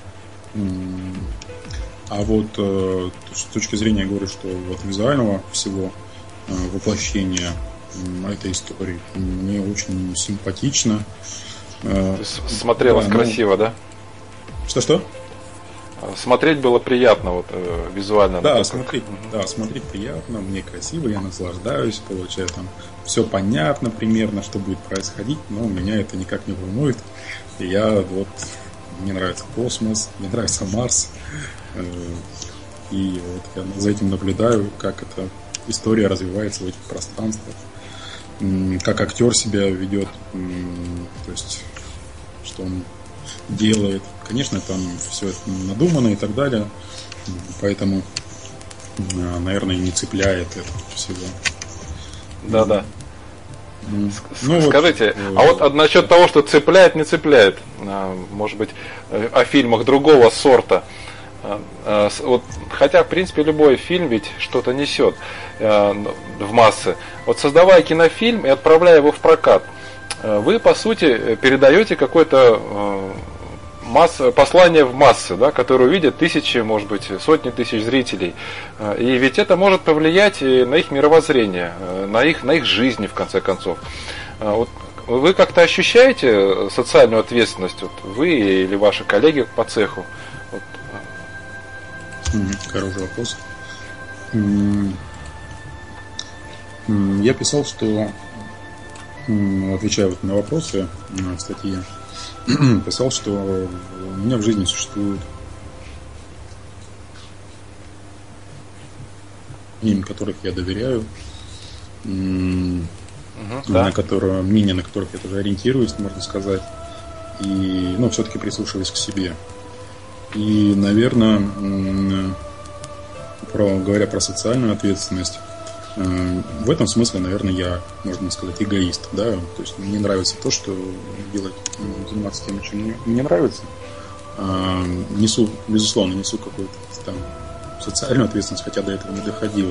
А вот с точки зрения, я говорю, что вот визуального всего воплощения этой истории мне очень симпатично. Смотрелось да, красиво, ну... да? Что-что? Смотреть было приятно, вот э, визуально. Да, смотреть, да, смотреть приятно, мне красиво, я наслаждаюсь, получаю там все понятно примерно, что будет происходить, но меня это никак не волнует. И я вот, мне нравится космос, мне нравится Марс, э, и вот я за этим наблюдаю, как эта история развивается в этих пространствах, э, как актер себя ведет, э, то есть, что он делает. Конечно, там все это надумано и так далее. Поэтому, наверное, не цепляет это всего. Да-да. Ну, скажите, вот, а вот э, насчет того, что цепляет, не цепляет, может быть, о фильмах другого сорта. Вот, хотя, в принципе, любой фильм ведь что-то несет в массы. Вот создавая кинофильм и отправляя его в прокат, вы, по сути, передаете какое-то масса, послание в массы, да, которые увидят тысячи, может быть, сотни тысяч зрителей. И ведь это может повлиять на их мировоззрение, на их, на их жизни, в конце концов. Вот вы как-то ощущаете социальную ответственность, вот вы или ваши коллеги по цеху? Вот. Хороший вопрос. Я писал, что, отвечая вот на вопросы в статье, писал, что у меня в жизни существуют им, которых я доверяю, угу, на да. которые, мнения, на которых я тоже ориентируюсь, можно сказать, и, ну, все-таки прислушиваюсь к себе. И, наверное, про, говоря про социальную ответственность, в этом смысле, наверное, я, можно сказать, эгоист, да, то есть мне нравится то, что делать, заниматься тем, чем мне, мне нравится. Несу, безусловно, несу какую-то там социальную ответственность, хотя до этого не доходило.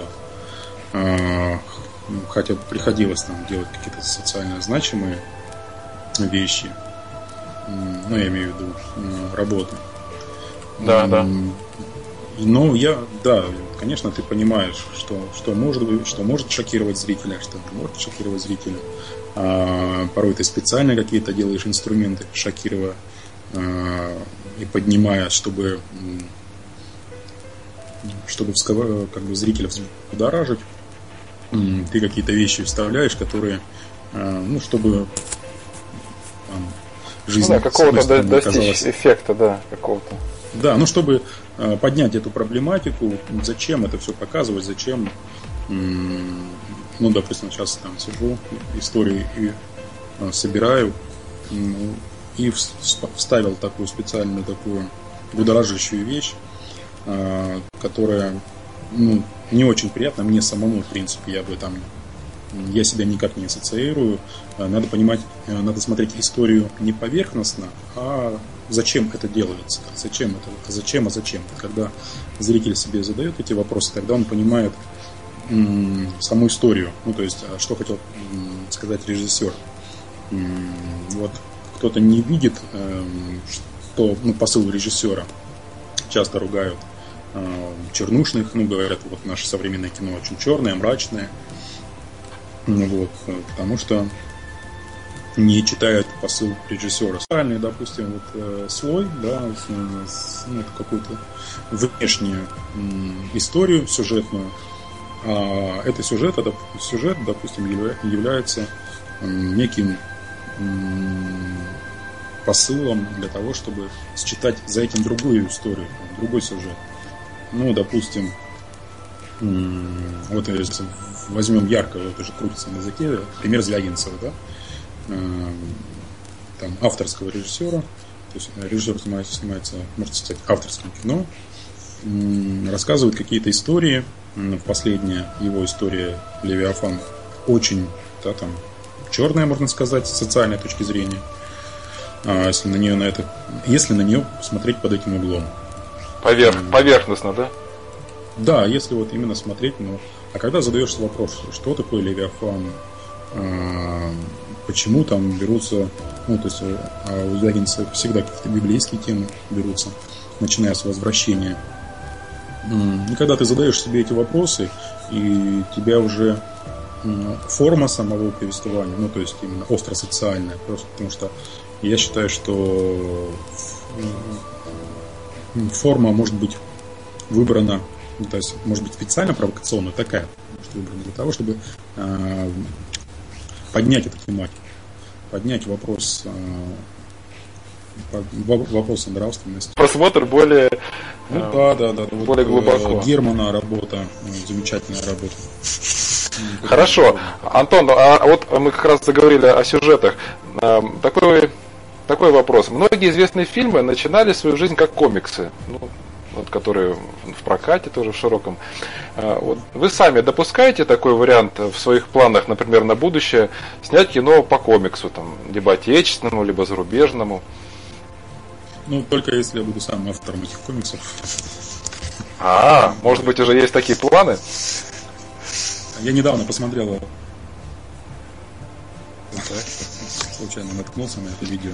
Хотя приходилось там делать какие-то социально значимые вещи, ну, я имею в виду работу. Да, да. Но я, да, конечно, ты понимаешь, что, что, может, что может шокировать зрителя, что не может шокировать зрителя. А, порой ты специально какие-то делаешь инструменты, шокируя а, и поднимая, чтобы, чтобы как бы, зрителя взбудоражить. Ты какие-то вещи вставляешь, которые, а, ну, чтобы там, жизнь... Ну, да, какого-то достичь казалась... эффекта, да, какого-то. Да, ну чтобы э, поднять эту проблематику, зачем это все показывать, зачем, м- ну, допустим, сейчас там сижу, истории и э, собираю, м- и в- вставил такую специальную, такую будоражащую вещь, э, которая, ну, не очень приятна мне самому, в принципе, я бы там, я себя никак не ассоциирую. Надо понимать, надо смотреть историю не поверхностно, а зачем это делается, зачем это, а зачем, а зачем. Когда зритель себе задает эти вопросы, тогда он понимает м, саму историю, ну, то есть, что хотел м, сказать режиссер. М, вот кто-то не видит, э, что, ну, посыл режиссера. Часто ругают э, чернушных, ну, говорят, вот наше современное кино очень черное, мрачное. Вот, потому что не читают посыл режиссера. Специальный, допустим, вот, э, слой, да, с, ну, какую-то внешнюю м, историю сюжетную. А это сюжет, это сюжет, допустим, явля, является м, неким м, посылом для того, чтобы считать за этим другую историю, другой сюжет. Ну, допустим, м, вот если возьмем ярко, вот уже крутится на языке, пример Звягинцева, да, там, авторского режиссера, то есть режиссер снимается, снимается, можно сказать, авторским кино, рассказывает какие-то истории. Последняя его история «Левиафан» очень, да, там, черная, можно сказать, с социальной точки зрения, если на нее, на это, если на нее смотреть под этим углом. Поверх, поверхностно, да? Да, если вот именно смотреть, ну, а когда задаешься вопрос, что такое Левиафан, почему там берутся, ну, то есть а у Звягинцева всегда какие-то библейские темы берутся, начиная с возвращения. И когда ты задаешь себе эти вопросы, и тебя уже форма самого повествования, ну, то есть именно остро-социальная, просто потому что я считаю, что форма может быть выбрана, то есть может быть специально провокационная такая, что выбрана для того, чтобы э, поднять эту тематику, поднять вопрос, э, вопрос нравственности. Просмотр более, ну, э, да, да, да, более вот, глубоко. Германа работа, замечательная работа. Хорошо, Антон, а вот мы как раз заговорили о сюжетах. Такой, такой вопрос. Многие известные фильмы начинали свою жизнь как комиксы. Ну, вот, которые в прокате тоже в широком. Вот, вы сами допускаете такой вариант в своих планах, например, на будущее, снять кино по комиксу, там, либо отечественному, либо зарубежному? Ну, только если я буду сам автором этих комиксов. А, может быть, уже есть такие планы? Я недавно посмотрел, случайно наткнулся на это видео,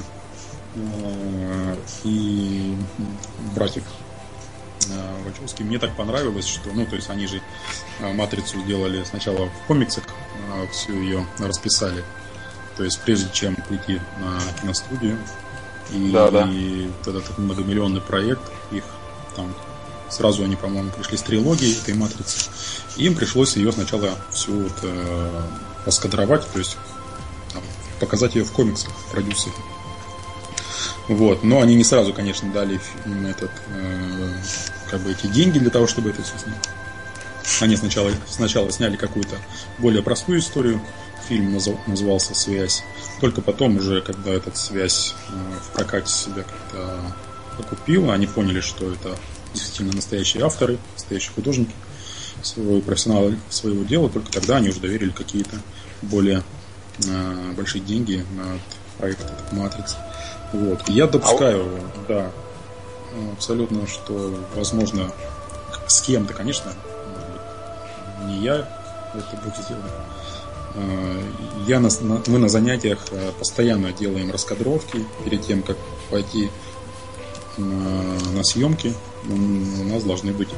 и братьев Вачовски мне так понравилось, что, ну, то есть они же «Матрицу» делали сначала в комиксах, всю ее расписали, то есть прежде чем прийти на киностудию, и, да, да. и вот этот многомиллионный проект, их там сразу они, по-моему, пришли с трилогией этой «Матрицы», и им пришлось ее сначала всю вот, э, раскадровать, то есть там, показать ее в комиксах, в продюсере. Вот. Но они не сразу, конечно, дали им этот, э, как бы эти деньги для того, чтобы это все снять. Они сначала, сначала сняли какую-то более простую историю. Фильм назов, назывался «Связь». Только потом уже, когда эта связь э, в прокате себя как-то окупила, они поняли, что это действительно настоящие авторы, настоящие художники своего профессионала своего дела. Только тогда они уже доверили какие-то более э, большие деньги на проект «Матрица». Вот. Я допускаю, а... да, абсолютно, что возможно с кем-то, конечно, не я это буду делать. Я на, мы на занятиях постоянно делаем раскадровки перед тем, как пойти на, на съемки. У нас должны быть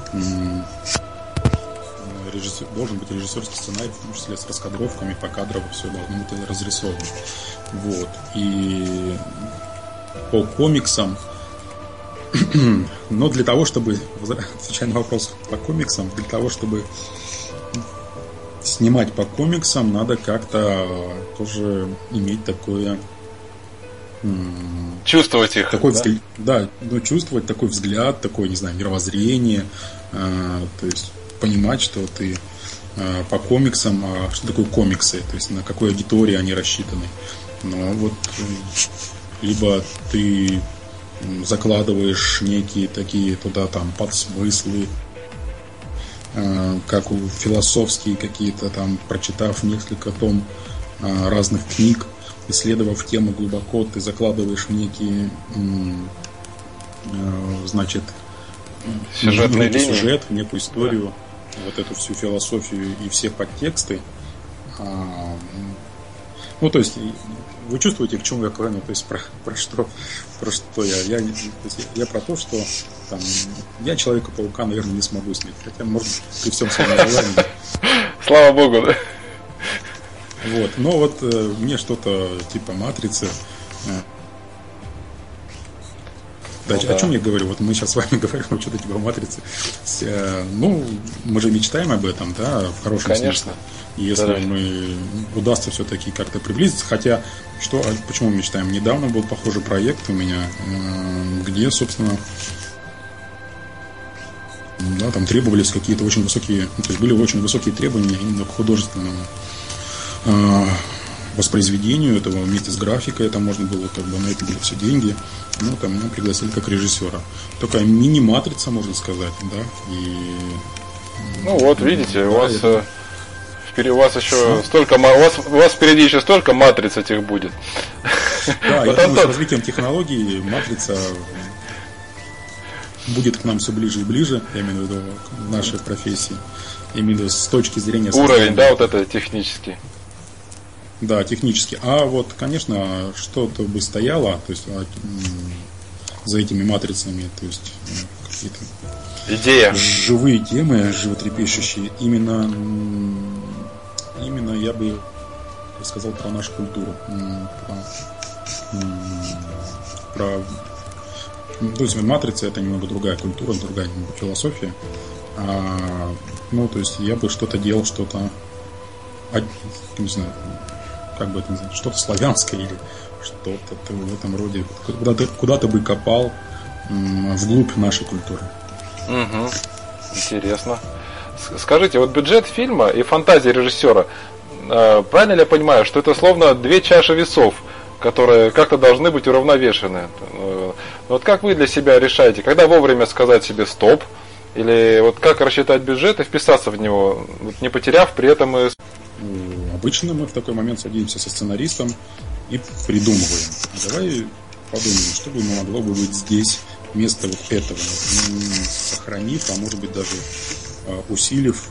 режиссер, должен быть режиссерский сценарий, в том числе с раскадровками, покадрово все должно быть разрисовано. Вот. И по комиксам, но для того, чтобы, отвечая на вопрос по комиксам, для того, чтобы снимать по комиксам, надо как-то тоже иметь такое... Чувствовать их. Такой да? взгляд, да, ну, чувствовать такой взгляд, такое, не знаю, мировоззрение, э, то есть понимать, что ты э, по комиксам, а что такое комиксы, то есть на какой аудитории они рассчитаны. Ну вот, либо ты закладываешь некие такие туда там подсмыслы, э, как у философские какие-то там, прочитав несколько том э, разных книг, исследовав тему глубоко, ты закладываешь в некие, э, значит, сюжетный некий сюжет, в некую историю, да. Вот эту всю философию и все подтексты. А, ну, то есть, вы чувствуете, к чему я клоню, то есть, про, про что, про что я. Я, то есть, я про то, что там, я Человека-паука, наверное, не смогу снять, хотя, может, при всем своем желании. Слава Богу, да. Вот. Но вот э, мне что-то типа «Матрицы». Э, да, ну, о да. чем я говорю? Вот мы сейчас с вами говорим, что-то типа «Матрицы». Э, ну, мы же мечтаем об этом, да, в хорошем Конечно. смысле. Если да. мы удастся все-таки как-то приблизиться. Хотя, что, почему мы мечтаем? Недавно был похожий проект у меня, э, где, собственно, да, там требовались какие-то очень высокие, ну, то есть были очень высокие требования именно к художественному воспроизведению этого вместе с графикой. Это можно было как бы на это были все деньги. Ну, там меня пригласили как режиссера. Такая мини-матрица, можно сказать, да. И, ну вот, видите, да, у вас это... у вас еще ну, столько, у вас, у вас впереди еще столько матриц этих будет. Да, я думаю, с развитием технологий матрица будет к нам все ближе и ближе, я имею в виду к нашей профессии. Именно с точки зрения уровень, да, вот это технический. Да, технически. А вот, конечно, что-то бы стояло, то есть за этими матрицами, то есть какие-то идея, живые темы, животрепещущие. Именно, именно я бы сказал про нашу культуру, про, про, то есть матрица — это немного другая культура, другая немного философия. А, ну, то есть я бы что-то делал, что-то, не знаю, как бы это называется, что-то славянское или что-то в этом роде. Куда-то, куда-то бы копал м, вглубь нашей культуры. Угу. Интересно. Скажите, вот бюджет фильма и фантазия режиссера, э, правильно ли я понимаю, что это словно две чаши весов, которые как-то должны быть уравновешены? Вот как вы для себя решаете, когда вовремя сказать себе стоп, или вот как рассчитать бюджет и вписаться в него, вот не потеряв при этом и... Обычно мы в такой момент садимся со сценаристом и придумываем. А давай подумаем, что бы могло бы быть здесь вместо вот этого, сохранив, а может быть даже усилив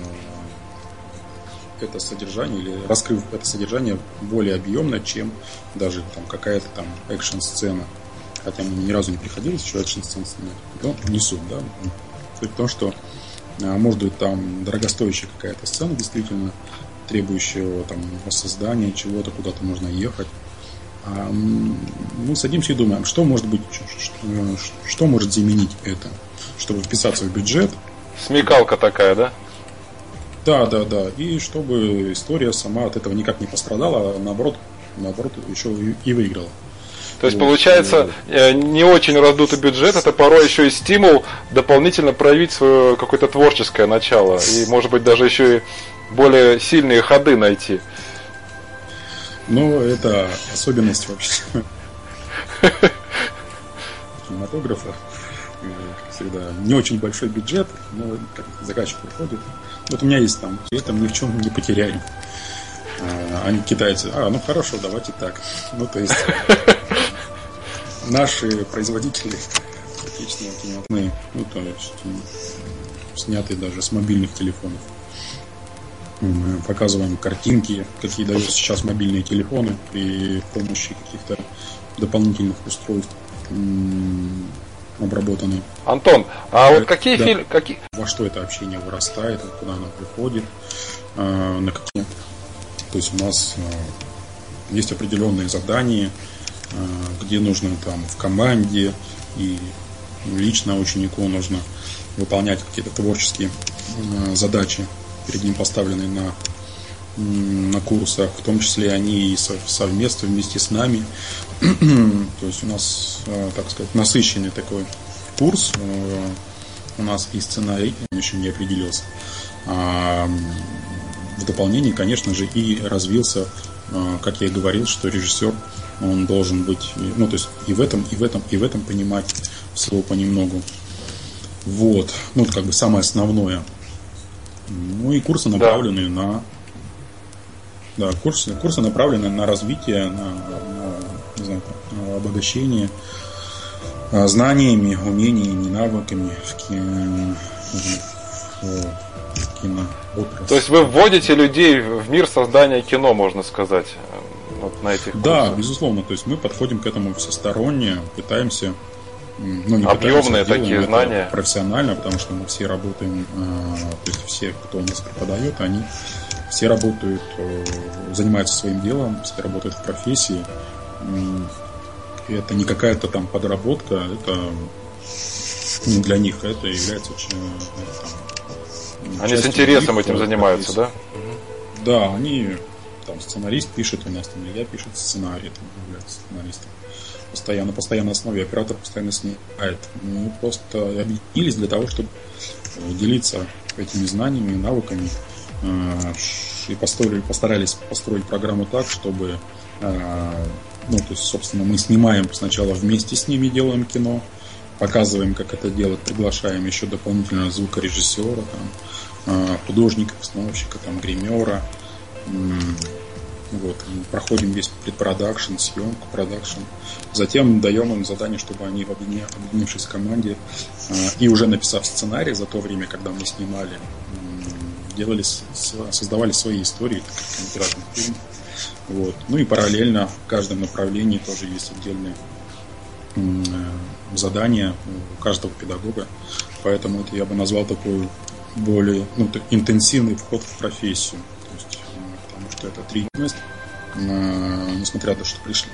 это содержание или раскрыв это содержание более объемно, чем даже там какая-то там экшн-сцена. Хотя мне ни разу не приходилось еще экшн-сцену снимать. Но не суть, да. Суть в том, что может быть там дорогостоящая какая-то сцена, действительно требующая там воссоздания чего-то, куда-то нужно ехать. А мы садимся и думаем, что может быть, что, что может заменить это, чтобы вписаться в бюджет. Смекалка такая, да? Да, да, да. И чтобы история сама от этого никак не пострадала, а наоборот, наоборот еще и выиграла. То есть, вот, получается, и... не очень раздутый бюджет, это порой еще и стимул дополнительно проявить свое какое-то творческое начало. И, может быть, даже еще и более сильные ходы найти. Ну, это особенность вообще кинематографа. Всегда не очень большой бюджет, но как заказчик приходит. Вот у меня есть там, и это мы в чем не потеряем. А, они китайцы, а, ну хорошо, давайте так. Ну, то есть наши производители отечественного кинематографа, ну, то есть снятые даже с мобильных телефонов. Мы показываем картинки, какие дают сейчас мобильные телефоны при помощи каких-то дополнительных устройств обработаны. Антон, а это, вот какие да, фильмы... Какие... Во что это общение вырастает, куда оно приходит, э, на какие... То есть у нас э, есть определенные задания, э, где нужно там в команде и лично ученику нужно выполнять какие-то творческие э, задачи, перед ним поставленные на, на курсах, в том числе они и совместно вместе с нами. То есть у нас, так сказать, насыщенный такой курс. У нас и сценарий, он еще не определился. А в дополнении, конечно же, и развился, как я и говорил, что режиссер, он должен быть, ну, то есть и в этом, и в этом, и в этом понимать всего понемногу. Вот, ну, как бы самое основное. Ну и курсы направлены да. на да, курсы, курсы направлены на развитие, на, на, не знаю, на обогащение знаниями, умениями, навыками в, кино, в киноотрасли. То есть вы вводите людей в мир создания кино, можно сказать, вот на этих Да, курсах. Безусловно, то есть мы подходим к этому всесторонне, пытаемся, ну, не объемные пытаемся, такие знания профессионально, потому что мы все работаем, то есть все, кто у нас преподает, они все работают, занимаются своим делом, все работают в профессии. Это не какая-то там подработка, это не для них, это является очень... Там, они с интересом этим занимаются, да? Да, они, там, сценарист пишет у нас, там, я пишу сценарий, там, является сценаристом. Постоянно, на постоянной основе, оператор постоянно снимает. Мы просто объединились для того, чтобы делиться этими знаниями, навыками, и построили, постарались построить программу так, чтобы, ну, то есть, собственно, мы снимаем сначала вместе с ними, делаем кино, показываем, как это делать, приглашаем еще дополнительно звукорежиссера, там, художника, постановщика, там, гримера. Вот, проходим весь предпродакшн, съемку, продакшн. Затем даем им задание, чтобы они, объединившись в команде и уже написав сценарий за то время, когда мы снимали, делали, создавали свои истории, короткометражный фильм. Вот. Ну и параллельно в каждом направлении тоже есть отдельные задания у каждого педагога. Поэтому это я бы назвал такой более, ну, интенсивный вход в профессию. То есть, потому что это три места, несмотря на то, что пришли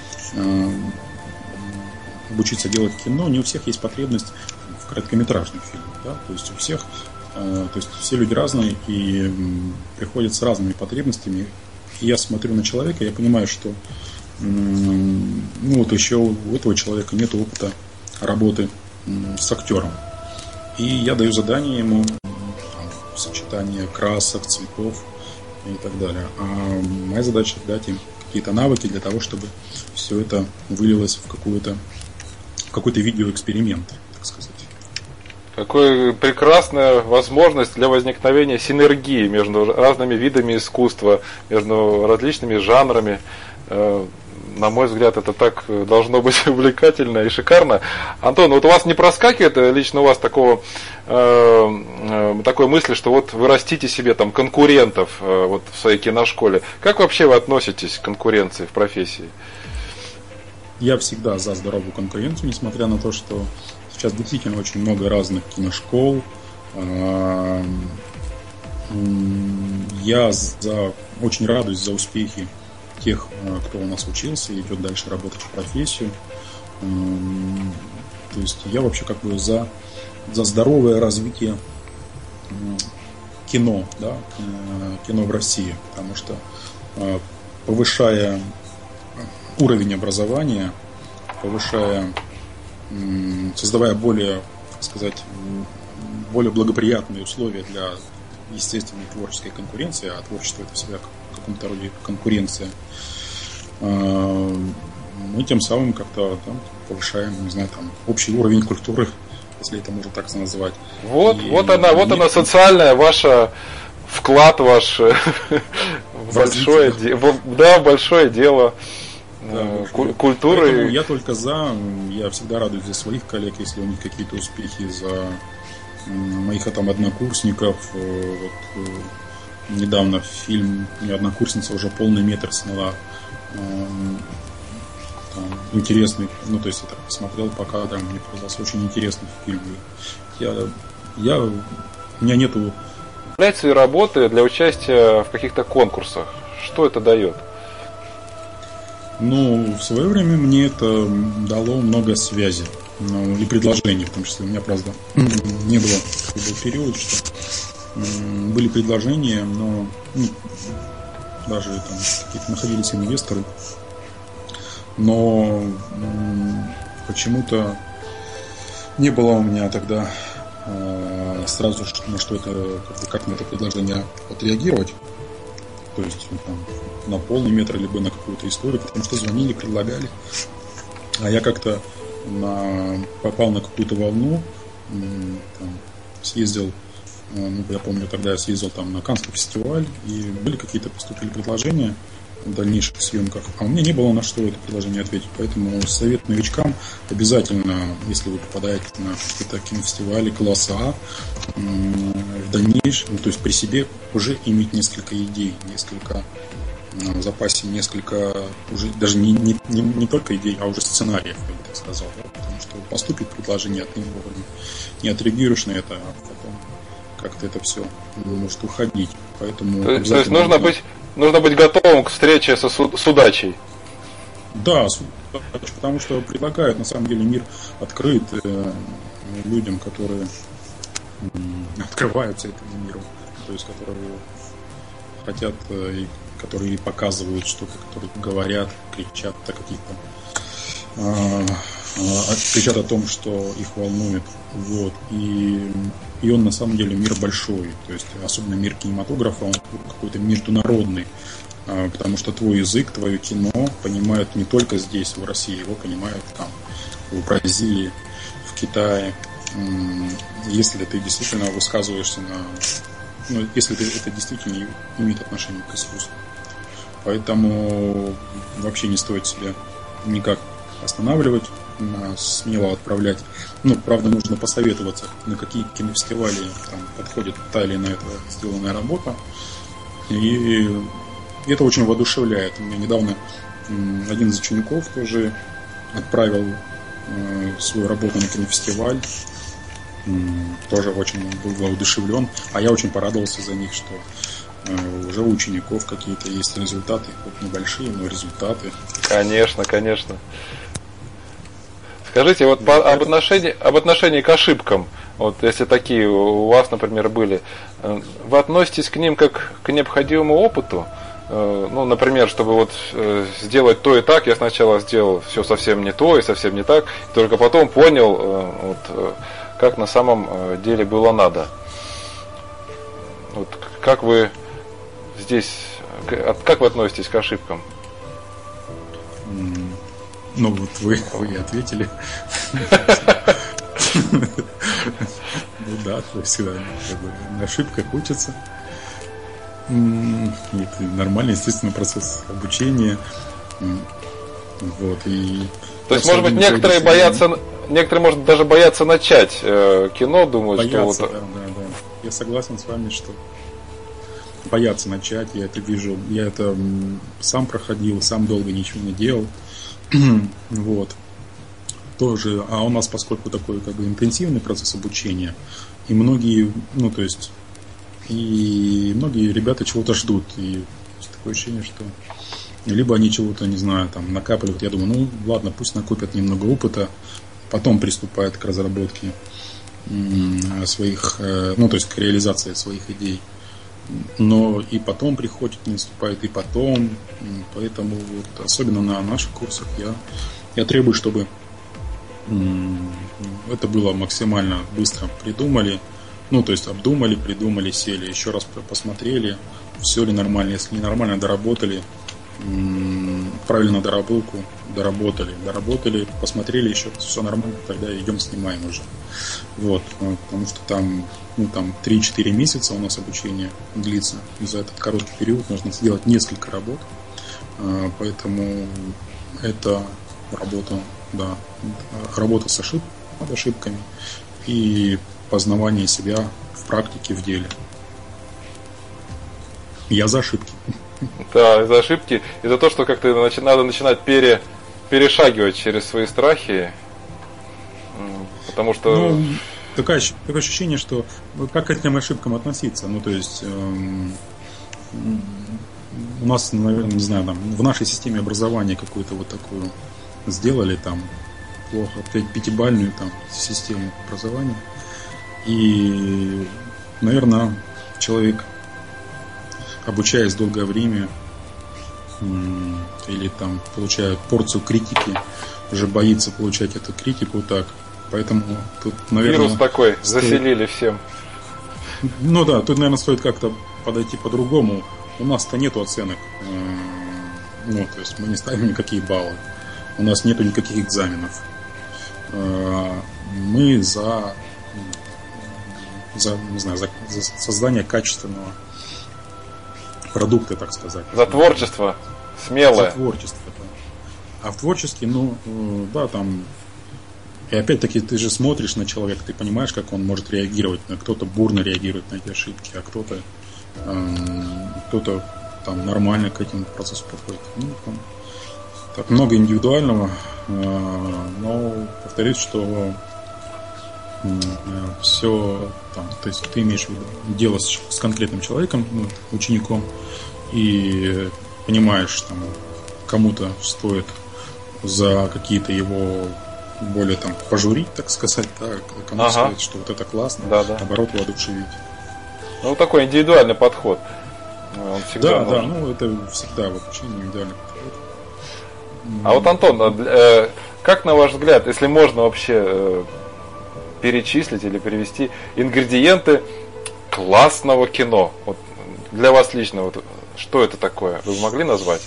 обучиться делать кино, не у всех есть потребность в короткометражных фильмах. Да? То есть у всех, то есть все люди разные и приходят с разными потребностями. И я смотрю на человека, я понимаю, что ну, вот еще у этого человека нет опыта работы с актером. И я даю задание ему, там, сочетание красок, цветов и так далее. А моя задача дать им какие-то навыки для того, чтобы все это вылилось в какую-то какой-то видеоэксперимент, так сказать. Какая прекрасная возможность для возникновения синергии между разными видами искусства, между различными жанрами. На мой взгляд, это так должно быть увлекательно и шикарно. Антон, вот у вас не проскакивает лично у вас такого, э, такой мысли, что вот вы растите себе там конкурентов э, вот в своей киношколе. Как вообще вы относитесь к конкуренции в профессии? Я всегда за здоровую конкуренцию, несмотря на то, что сейчас действительно очень много разных киношкол. Я за, очень радуюсь за успехи тех, кто у нас учился и идет дальше работать в профессию. То есть я вообще как бы за, за здоровое развитие кино, да, кино в России, потому что повышая уровень образования, повышая, создавая более, так сказать, более благоприятные условия для естественной творческой конкуренции, а творчество это всегда в каком-то роде конкуренция, мы тем самым как-то там повышаем, не знаю, там общий уровень культуры, если это можно так назвать. Вот, и, вот она, и вот нет, она социальная ваша вклад ваш в большое, да, большое дело. Да, культуры. Поэтому я только за, я всегда радуюсь за своих коллег, если у них какие-то успехи, за моих там однокурсников. Вот, недавно фильм, у меня однокурсница уже полный метр сняла, там, интересный, ну то есть я так посмотрел по кадрам, мне показался очень интересный фильм. Я, я, у меня нету... Свои работы для участия в каких-то конкурсах, что это дает? Ну, в свое время мне это дало много связи, ну, и предложений, в том числе. У меня, правда, не было такой период, что были предложения, но ну, даже там какие-то находились инвесторы, но почему-то не было у меня тогда э, сразу на что это, как, как на это предложение отреагировать. То есть ну, там, на полный метр, либо на какую-то историю, потому что звонили, предлагали. А я как-то на, попал на какую-то волну, там, съездил, ну, я помню, тогда я съездил там на Каннский фестиваль, и были какие-то поступили предложения в дальнейших съемках, а у меня не было на что это предложение ответить. Поэтому совет новичкам обязательно, если вы попадаете на какие-то кинофестивали класса А, в дальнейшем, ну, то есть при себе уже иметь несколько идей, несколько в запасе, несколько уже даже не, не, не, не только идей, а уже сценариев, я бы так сказал, да? Потому что поступит предложение, а ты вовремя не отреагируешь на это, а потом как-то это все может уходить. Поэтому то, то есть нужно быть, нужно быть готовым к встрече со суд, с удачей. Да, потому что предлагают, на самом деле, мир открыт э, людям, которые э, открываются этому миру, то есть которые хотят, э, которые показывают что-то, которые говорят, кричат о каких-то э, э, кричат о том, что их волнует. Вот. И, и он на самом деле мир большой, то есть особенно мир кинематографа, он какой-то международный. Потому что твой язык, твое кино понимают не только здесь, в России, его понимают там, в Бразилии, в Китае. Если ты действительно высказываешься на... Ну, если ты, это действительно имеет отношение к искусству. Поэтому вообще не стоит себя никак останавливать, смело отправлять. Ну, правда, нужно посоветоваться, на какие кинофестивали там, подходит та или иная сделанная работа. И... И это очень воодушевляет. У меня недавно один из учеников тоже отправил свою работу на кинофестиваль. Тоже очень был воодушевлен. А я очень порадовался за них, что уже у учеников какие-то есть результаты. Хоть небольшие, но результаты. Конечно, конечно. Скажите, вот по, об, отношении, об отношении к ошибкам, вот если такие у вас, например, были, вы относитесь к ним как к необходимому опыту? Ну, например, чтобы вот сделать то и так, я сначала сделал все совсем не то и совсем не так, и только потом понял, вот, как на самом деле было надо. Вот, как вы здесь, как вы относитесь к ошибкам? Ну, вот вы, вы ответили. Ну да, то есть на ошибках учатся. Это нормальный, естественный процесс обучения. Вот, и... То есть, может быть, некоторые боятся, некоторые, может, даже боятся начать э, кино, думают, боятся, что... Да, да, да. Я согласен с вами, что боятся начать, я это вижу. Я это сам проходил, сам долго ничего не делал. Вот. Тоже, а у нас, поскольку такой как бы интенсивный процесс обучения, и многие, ну, то есть, и многие ребята чего-то ждут. И такое ощущение, что либо они чего-то, не знаю, там, накапливают. Я думаю, ну, ладно, пусть накопят немного опыта, потом приступают к разработке своих, ну, то есть, к реализации своих идей. Но и потом приходит, не наступает, и потом. Поэтому, вот, особенно на наших курсах, я, я требую, чтобы это было максимально быстро придумали. Ну, то есть обдумали, придумали, сели, еще раз посмотрели, все ли нормально. Если не нормально, доработали, правильно доработку, доработали, доработали, посмотрели еще, все нормально, тогда идем снимаем уже. Вот, потому что там, ну, там три-четыре месяца у нас обучение длится. И за этот короткий период нужно сделать несколько работ. Поэтому это работа, да, работа с ошиб, над ошибками и познавание себя в практике, в деле. Я за ошибки. Да, за ошибки и за то, что как-то начи- надо начинать пере, перешагивать через свои страхи. Потому что... Ну, такое, такое ощущение, что как к этим ошибкам относиться. Ну, то есть эм, у нас, наверное, не знаю, там, в нашей системе образования какую-то вот такую сделали там плохо, пятибалльную там систему образования. И, наверное, человек, обучаясь долгое время или там получая порцию критики, уже боится получать эту критику так. Поэтому тут, наверное... Вирус такой, стоит... заселили всем. Ну да, тут, наверное, стоит как-то подойти по-другому. У нас-то нету оценок. Ну, то есть мы не ставим никакие баллы. У нас нету никаких экзаменов. Мы за... за, не знаю, за, за создание качественного продукта, так сказать. За творчество, смелое. За творчество, да. А в творчестве, ну, да, там... И опять-таки ты же смотришь на человека, ты понимаешь, как он может реагировать. Кто-то бурно реагирует на эти ошибки, а кто-то, э, кто-то там нормально к этому процессу подходит. Ну, там, так много индивидуального, э, но повторюсь, что все там, то есть ты имеешь в виду дело с, с конкретным человеком, ну, учеником, и понимаешь, там, кому-то стоит за какие-то его более там пожурить, так сказать, да, кому ага. стоит, что вот это классно, да, да. наоборот, воодушевить. Ну, такой индивидуальный подход. Он всегда да, нужен. да, ну это всегда в обучении индивидуальный подход. А вот, Антон, э, как на ваш взгляд, если можно вообще э, перечислить или перевести ингредиенты классного кино? Вот для вас лично, вот, что это такое? Вы могли назвать?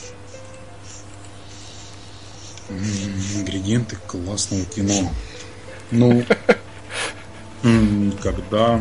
Ингредиенты классного кино. Ну, когда...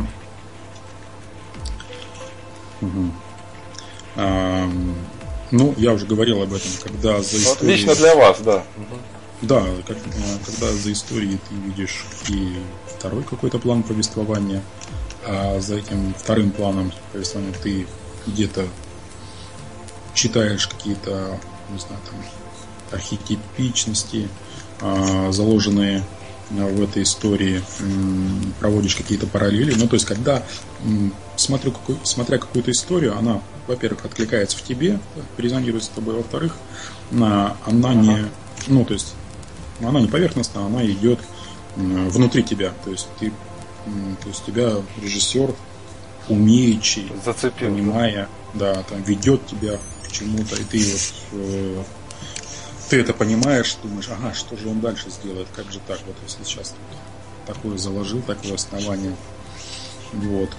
Ну, я уже говорил об этом, когда за историей... Лично для вас, да. Да, когда за историей ты видишь и второй какой-то план повествования, а за этим вторым планом повествования ты где-то читаешь какие-то, не знаю, там, архетипичности, заложенные в этой истории, проводишь какие-то параллели. Ну, то есть, когда смотрю, какой, смотря какую-то историю, она, во-первых, откликается в тебе, резонирует с тобой, во-вторых, она, она не, ну, то есть, она не поверхностная, она идет внутри тебя. То есть, ты, то есть тебя режиссер, умеючий, зацепил, понимая, да, там, ведет тебя к чему-то, и ты вот ты это понимаешь, думаешь, ага, что же он дальше сделает, как же так, вот если сейчас тут такое заложил, такое основание, вот.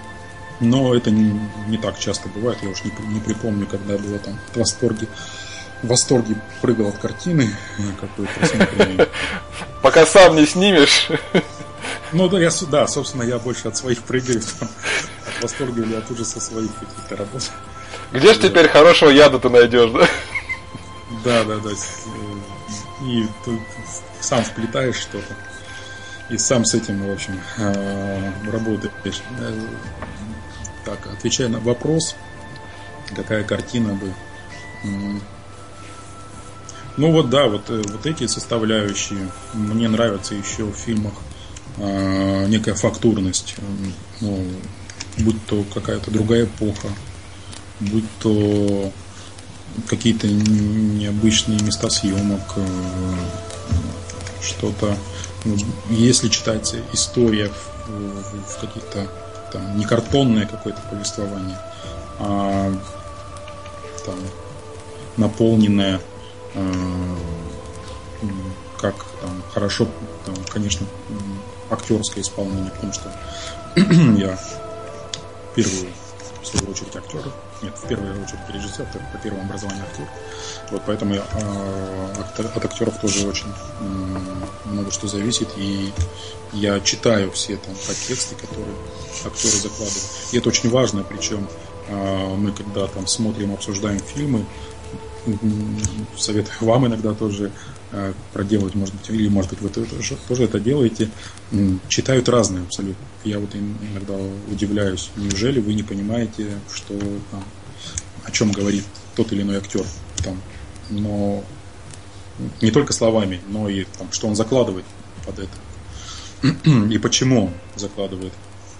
Но это не, не так часто бывает, я уж не, не припомню, когда я был там в восторге в восторге прыгал от картины, какой просмотренный. Пока сам не снимешь. Ну да, я, да, собственно, я больше от своих прыгаю, там, от восторга или от ужаса своих каких-то работ. Где же теперь хорошего яда ты найдешь, да? Да, да, да. И ты сам вплетаешь что-то. И сам с этим, в общем, работаешь. Так, отвечая на вопрос, какая картина бы. Ну вот да, вот, вот эти составляющие. Мне нравятся еще в фильмах некая фактурность. Ну, будь то какая-то другая эпоха, будь то какие-то необычные места съемок, что-то. Если читать история в, в каких-то там не картонное какое-то повествование, а там наполненное э, как там хорошо, там, конечно, актерское исполнение, потому что я в первую, в свою очередь, актер. Нет, в первую очередь режиссер, по первому образованию актер. Вот поэтому я, э, от актеров тоже очень э, много что зависит. И я читаю все там подтексты, которые актеры закладывают. И это очень важно, причем э, мы когда там смотрим, обсуждаем фильмы, советую вам иногда тоже э, проделать, может быть, или может быть вы тоже, тоже это делаете. Читают разные абсолютно. Я вот иногда удивляюсь, неужели вы не понимаете, что там, о чем говорит тот или иной актер там, но не только словами, но и там, что он закладывает под это и почему он закладывает,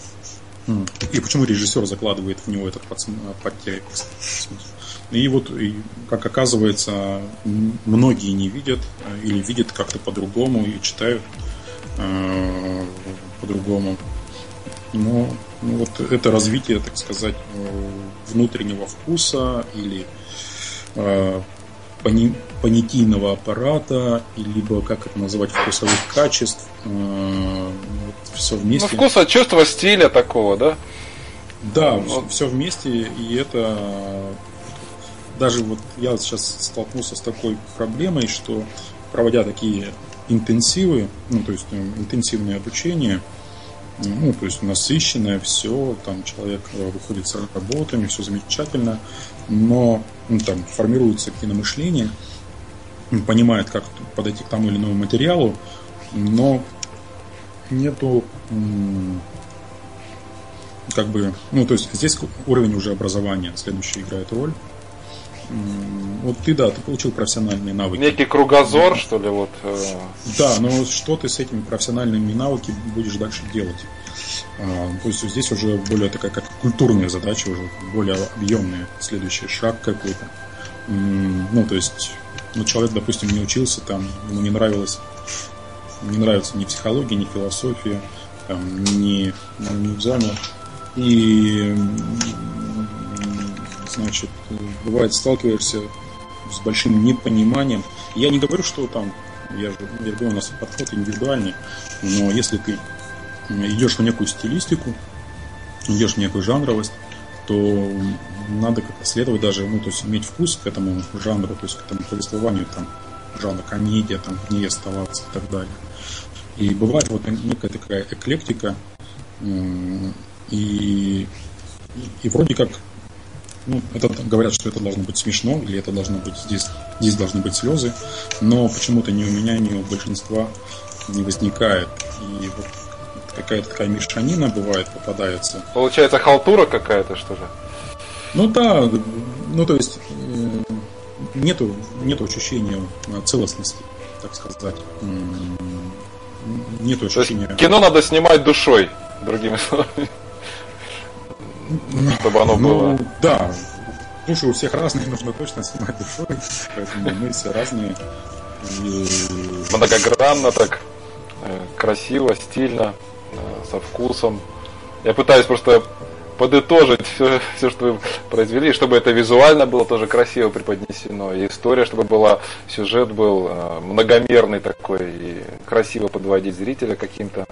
и почему режиссер закладывает в него этот подтекст. И вот, и, как оказывается, многие не видят или видят как-то по-другому и читают э, по-другому. Но ну, вот это развитие, так сказать, внутреннего вкуса или э, пони, понятийного аппарата, либо, как это называть, вкусовых качеств. Э, вот все вместе. Ну, вкуса, чувства, стиля такого, да? Да, вот. Все вместе, и это... Даже вот я сейчас столкнулся с такой проблемой, что проводя такие интенсивы, ну то есть интенсивное обучение, ну то есть насыщенное все, там человек выходит с работами, все замечательно, но ну, там формируется киномышление, понимает, как подойти к тому или иному материалу, но нету как бы, ну то есть здесь уровень уже образования следующий играет роль. Вот ты, да, ты получил профессиональные навыки. Некий кругозор, что ли, вот. Да, но что ты с этими профессиональными навыками будешь дальше делать? То есть здесь уже более такая, как культурная задача, уже более объемная, следующий шаг какой-то. Ну, то есть, ну, человек, допустим, не учился, там, ему не нравилось, не нравится ни психология, ни философия, там, ни, ни экзамен. И значит, бывает, сталкиваешься с большим непониманием. Я не говорю, что там, я же я говорю, у нас подход индивидуальный, но если ты идешь в некую стилистику, идешь в некую жанровость, то надо как-то следовать даже, ну, то есть иметь вкус к этому жанру, то есть к этому повествованию, там, жанра комедия, там, в ней оставаться и так далее. И бывает вот некая такая эклектика, и, и вроде как, ну, это говорят, что это должно быть смешно, или это должно быть здесь, здесь должны быть слезы, но почему-то ни у меня, ни у большинства не возникает. И вот какая-то такая мешанина бывает, попадается. Получается, халтура какая-то, что ли? Ну да, ну то есть нету, нету ощущения целостности, так сказать. Нету ощущения. То есть кино надо снимать душой, другими словами. Чтобы оно было. Ну, да, души у всех разные, нужно точно снимать душой, поэтому мы все разные. И... Многогранно так, красиво, стильно, со вкусом. Я пытаюсь просто подытожить все, все, что вы произвели, чтобы это визуально было тоже красиво преподнесено, и история, чтобы была, сюжет был многомерный такой, и красиво подводить зрителя каким-то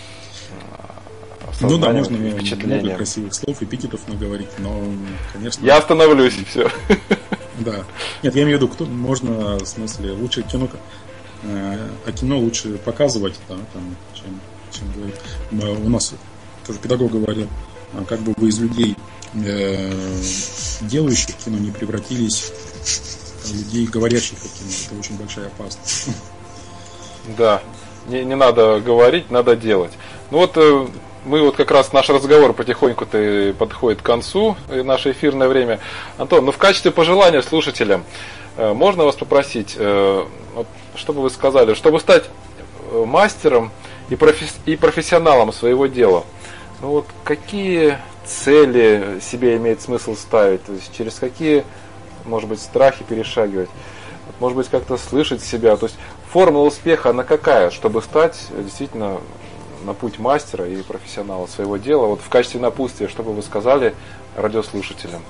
ну да, можно много красивых слов, эпитетов наговорить, но, конечно... Я остановлюсь, все. Да. Нет, я имею в виду, кто можно, в смысле, лучше кино, а кино лучше показывать, да, там, чем, чем говорить. У нас тоже педагог говорил, как бы вы из людей, делающих кино, не превратились в людей, говорящих о кино. Это очень большая опасность. Да, не, не надо говорить, надо делать. Ну вот мы вот как раз наш разговор потихоньку-то подходит к концу, наше эфирное время. Антон, ну в качестве пожелания слушателям, можно вас попросить, чтобы вы сказали, чтобы стать мастером и, профи- и профессионалом своего дела, ну вот какие цели себе имеет смысл ставить, то есть через какие, может быть, страхи перешагивать, может быть, как-то слышать себя, то есть формула успеха, она какая, чтобы стать действительно на путь мастера и профессионала своего дела, вот в качестве напутствия, что бы вы сказали радиослушателям?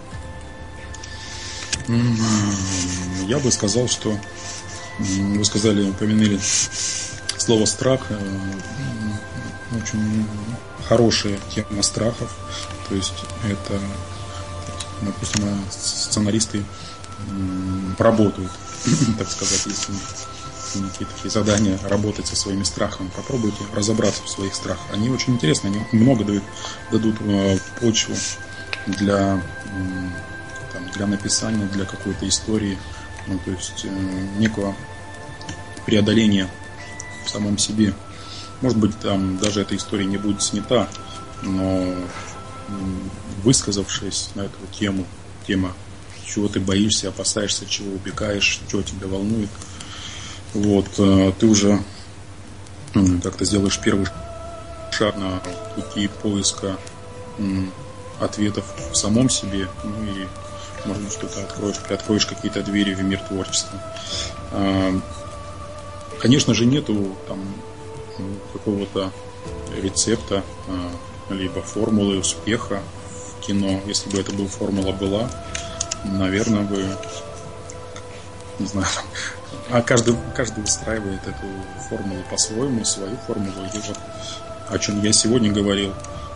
Я бы сказал, что вы сказали, упомянули слово страх, очень хорошая тема страхов, то есть это, допустим, сценаристы поработают, так сказать, если некие такие задания, работать со своими страхами, попробуйте разобраться в своих страхах, они очень интересны, они много дают, дадут почву для, там, для написания, для какой-то истории, ну, то есть некого преодоления в самом себе. Может быть, там даже эта история не будет снята, но высказавшись на эту тему, тема, чего ты боишься, опасаешься, чего убегаешь, что тебя волнует, вот, ты уже как-то сделаешь первый шаг на пути поиска ответов в самом себе, ну и, может быть, что-то откроешь, приоткроешь какие-то двери в мир творчества. Конечно же, нету там какого-то рецепта, либо формулы успеха в кино. Если бы это была формула была, наверное, бы, не знаю, а каждый, каждый выстраивает эту формулу по-своему, свою формулу. И вот о чем я сегодня говорил.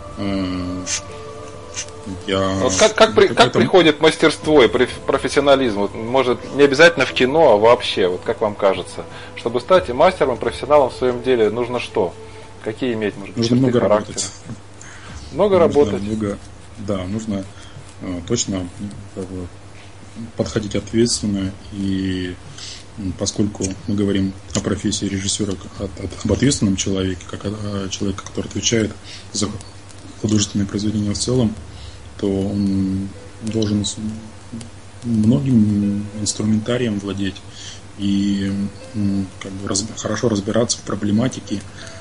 Я... Вот как, как, при, как этом... приходит мастерство и профессионализм? Вот, может, не обязательно в кино, а вообще, вот как вам кажется? Чтобы стать мастером, профессионалом в своем деле, нужно что? Какие иметь, может быть, нужно много характера? Работать. Много нужно работать? Много, да, нужно э, точно как бы, подходить ответственно. И поскольку мы говорим о профессии режиссера, от, от, об ответственном человеке, как о человеке, который отвечает за художественные произведения в целом, то он должен многим инструментарием владеть и как бы раз, хорошо разбираться в проблематике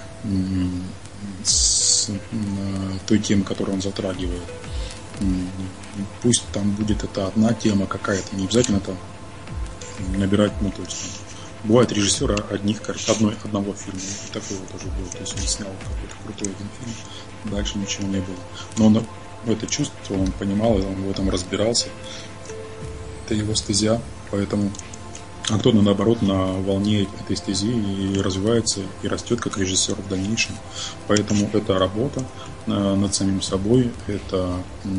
с той темы, которую он затрагивает. Пусть там будет это одна тема какая-то, не обязательно это набирать, ну, то есть бывает режиссеры одних, одной, одного фильма, и такого тоже было, то есть он снял какой-то крутой один фильм, дальше ничего не было, но он это чувствовал, он понимал, он в этом разбирался, это его стезя, поэтому а кто-то наоборот на волне этой стези и развивается и растет как режиссер в дальнейшем, поэтому это работа над самим собой, это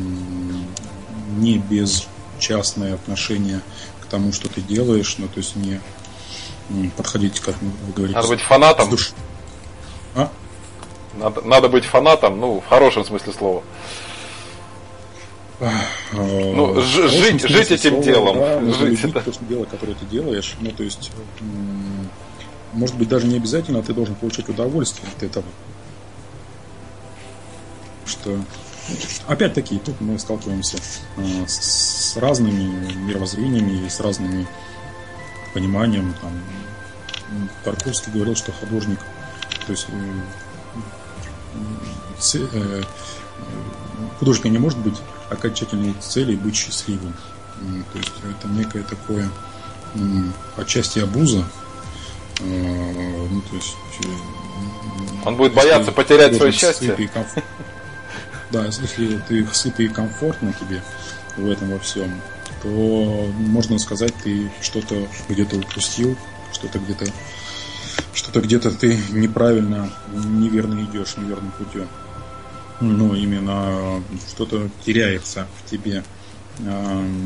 не безчастное отношение к тому, что ты делаешь, ну то есть не подходить, как вы говорите, надо быть фанатом. Душ... А? Надо, надо быть фанатом, ну, в хорошем смысле слова. Ну, ж, жить, жить этим слова, делом. Да, жить, любить да. то дело, которое ты делаешь. Ну, то есть, может быть, даже не обязательно ты должен получать удовольствие от этого. Что, опять-таки, тут мы сталкиваемся с разными мировоззрениями и с разными пониманием. Там, Тарковский говорил, что художник, то есть художник не может быть окончательной целью быть счастливым. То есть это некое такое отчасти обуза. Ну, то есть, он будет бояться потерять свое счастье. Комф... Да, если ты сыт и комфортно тебе в этом во всем, то можно сказать, ты что-то где-то упустил, что-то где-то что-то где-то ты неправильно, неверно идешь, неверным путем. Но именно что-то теряется в тебе.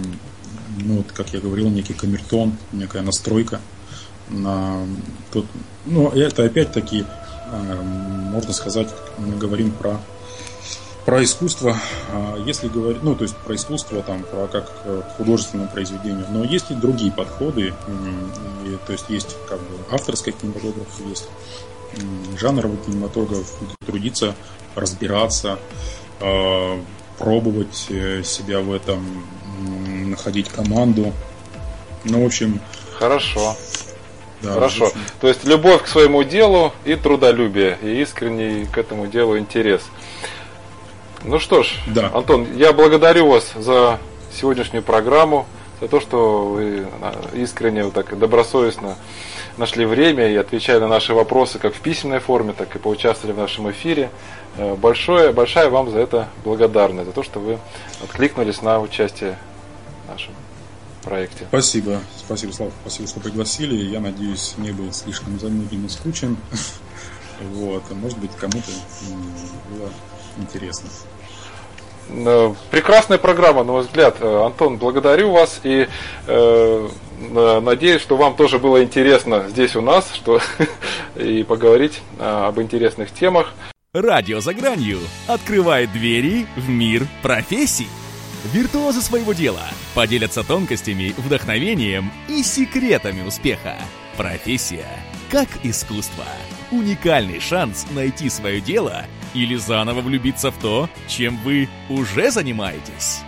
ну, вот, как я говорил, некий камертон, некая настройка на тот... Ну, это опять-таки, можно сказать, мы говорим про, про искусство, если говорить, ну, то есть про искусство, там, про как художественное произведение, но есть и другие подходы, и, то есть есть как бы авторский кинематограф, есть жанровый кинематограф, трудиться, разбираться, пробовать себя в этом, находить команду. Ну, в общем... Хорошо. Да, Хорошо. очень... То есть любовь к своему делу и трудолюбие, и искренний к этому делу интерес. Ну что ж, да. Антон, я благодарю вас за сегодняшнюю программу, за то, что вы искренне, вот так добросовестно нашли время и отвечая на наши вопросы как в письменной форме, так и поучаствовали в нашем эфире. Большое, большая вам за это благодарность, за то, что вы откликнулись на участие в нашем проекте. Спасибо, спасибо, Слава, спасибо, что пригласили. Я надеюсь, не был слишком зануден и скучен. Вот, может быть, кому-то было интересно. Прекрасная программа, на мой взгляд. Антон, благодарю вас и э, надеюсь, что вам тоже было интересно здесь у нас, что и поговорить об интересных темах. Радио «За гранью» открывает двери в мир профессий. Виртуозы своего дела поделятся тонкостями, вдохновением и секретами успеха. Профессия как искусство. Уникальный шанс найти свое дело или заново влюбиться в то, чем вы уже занимаетесь.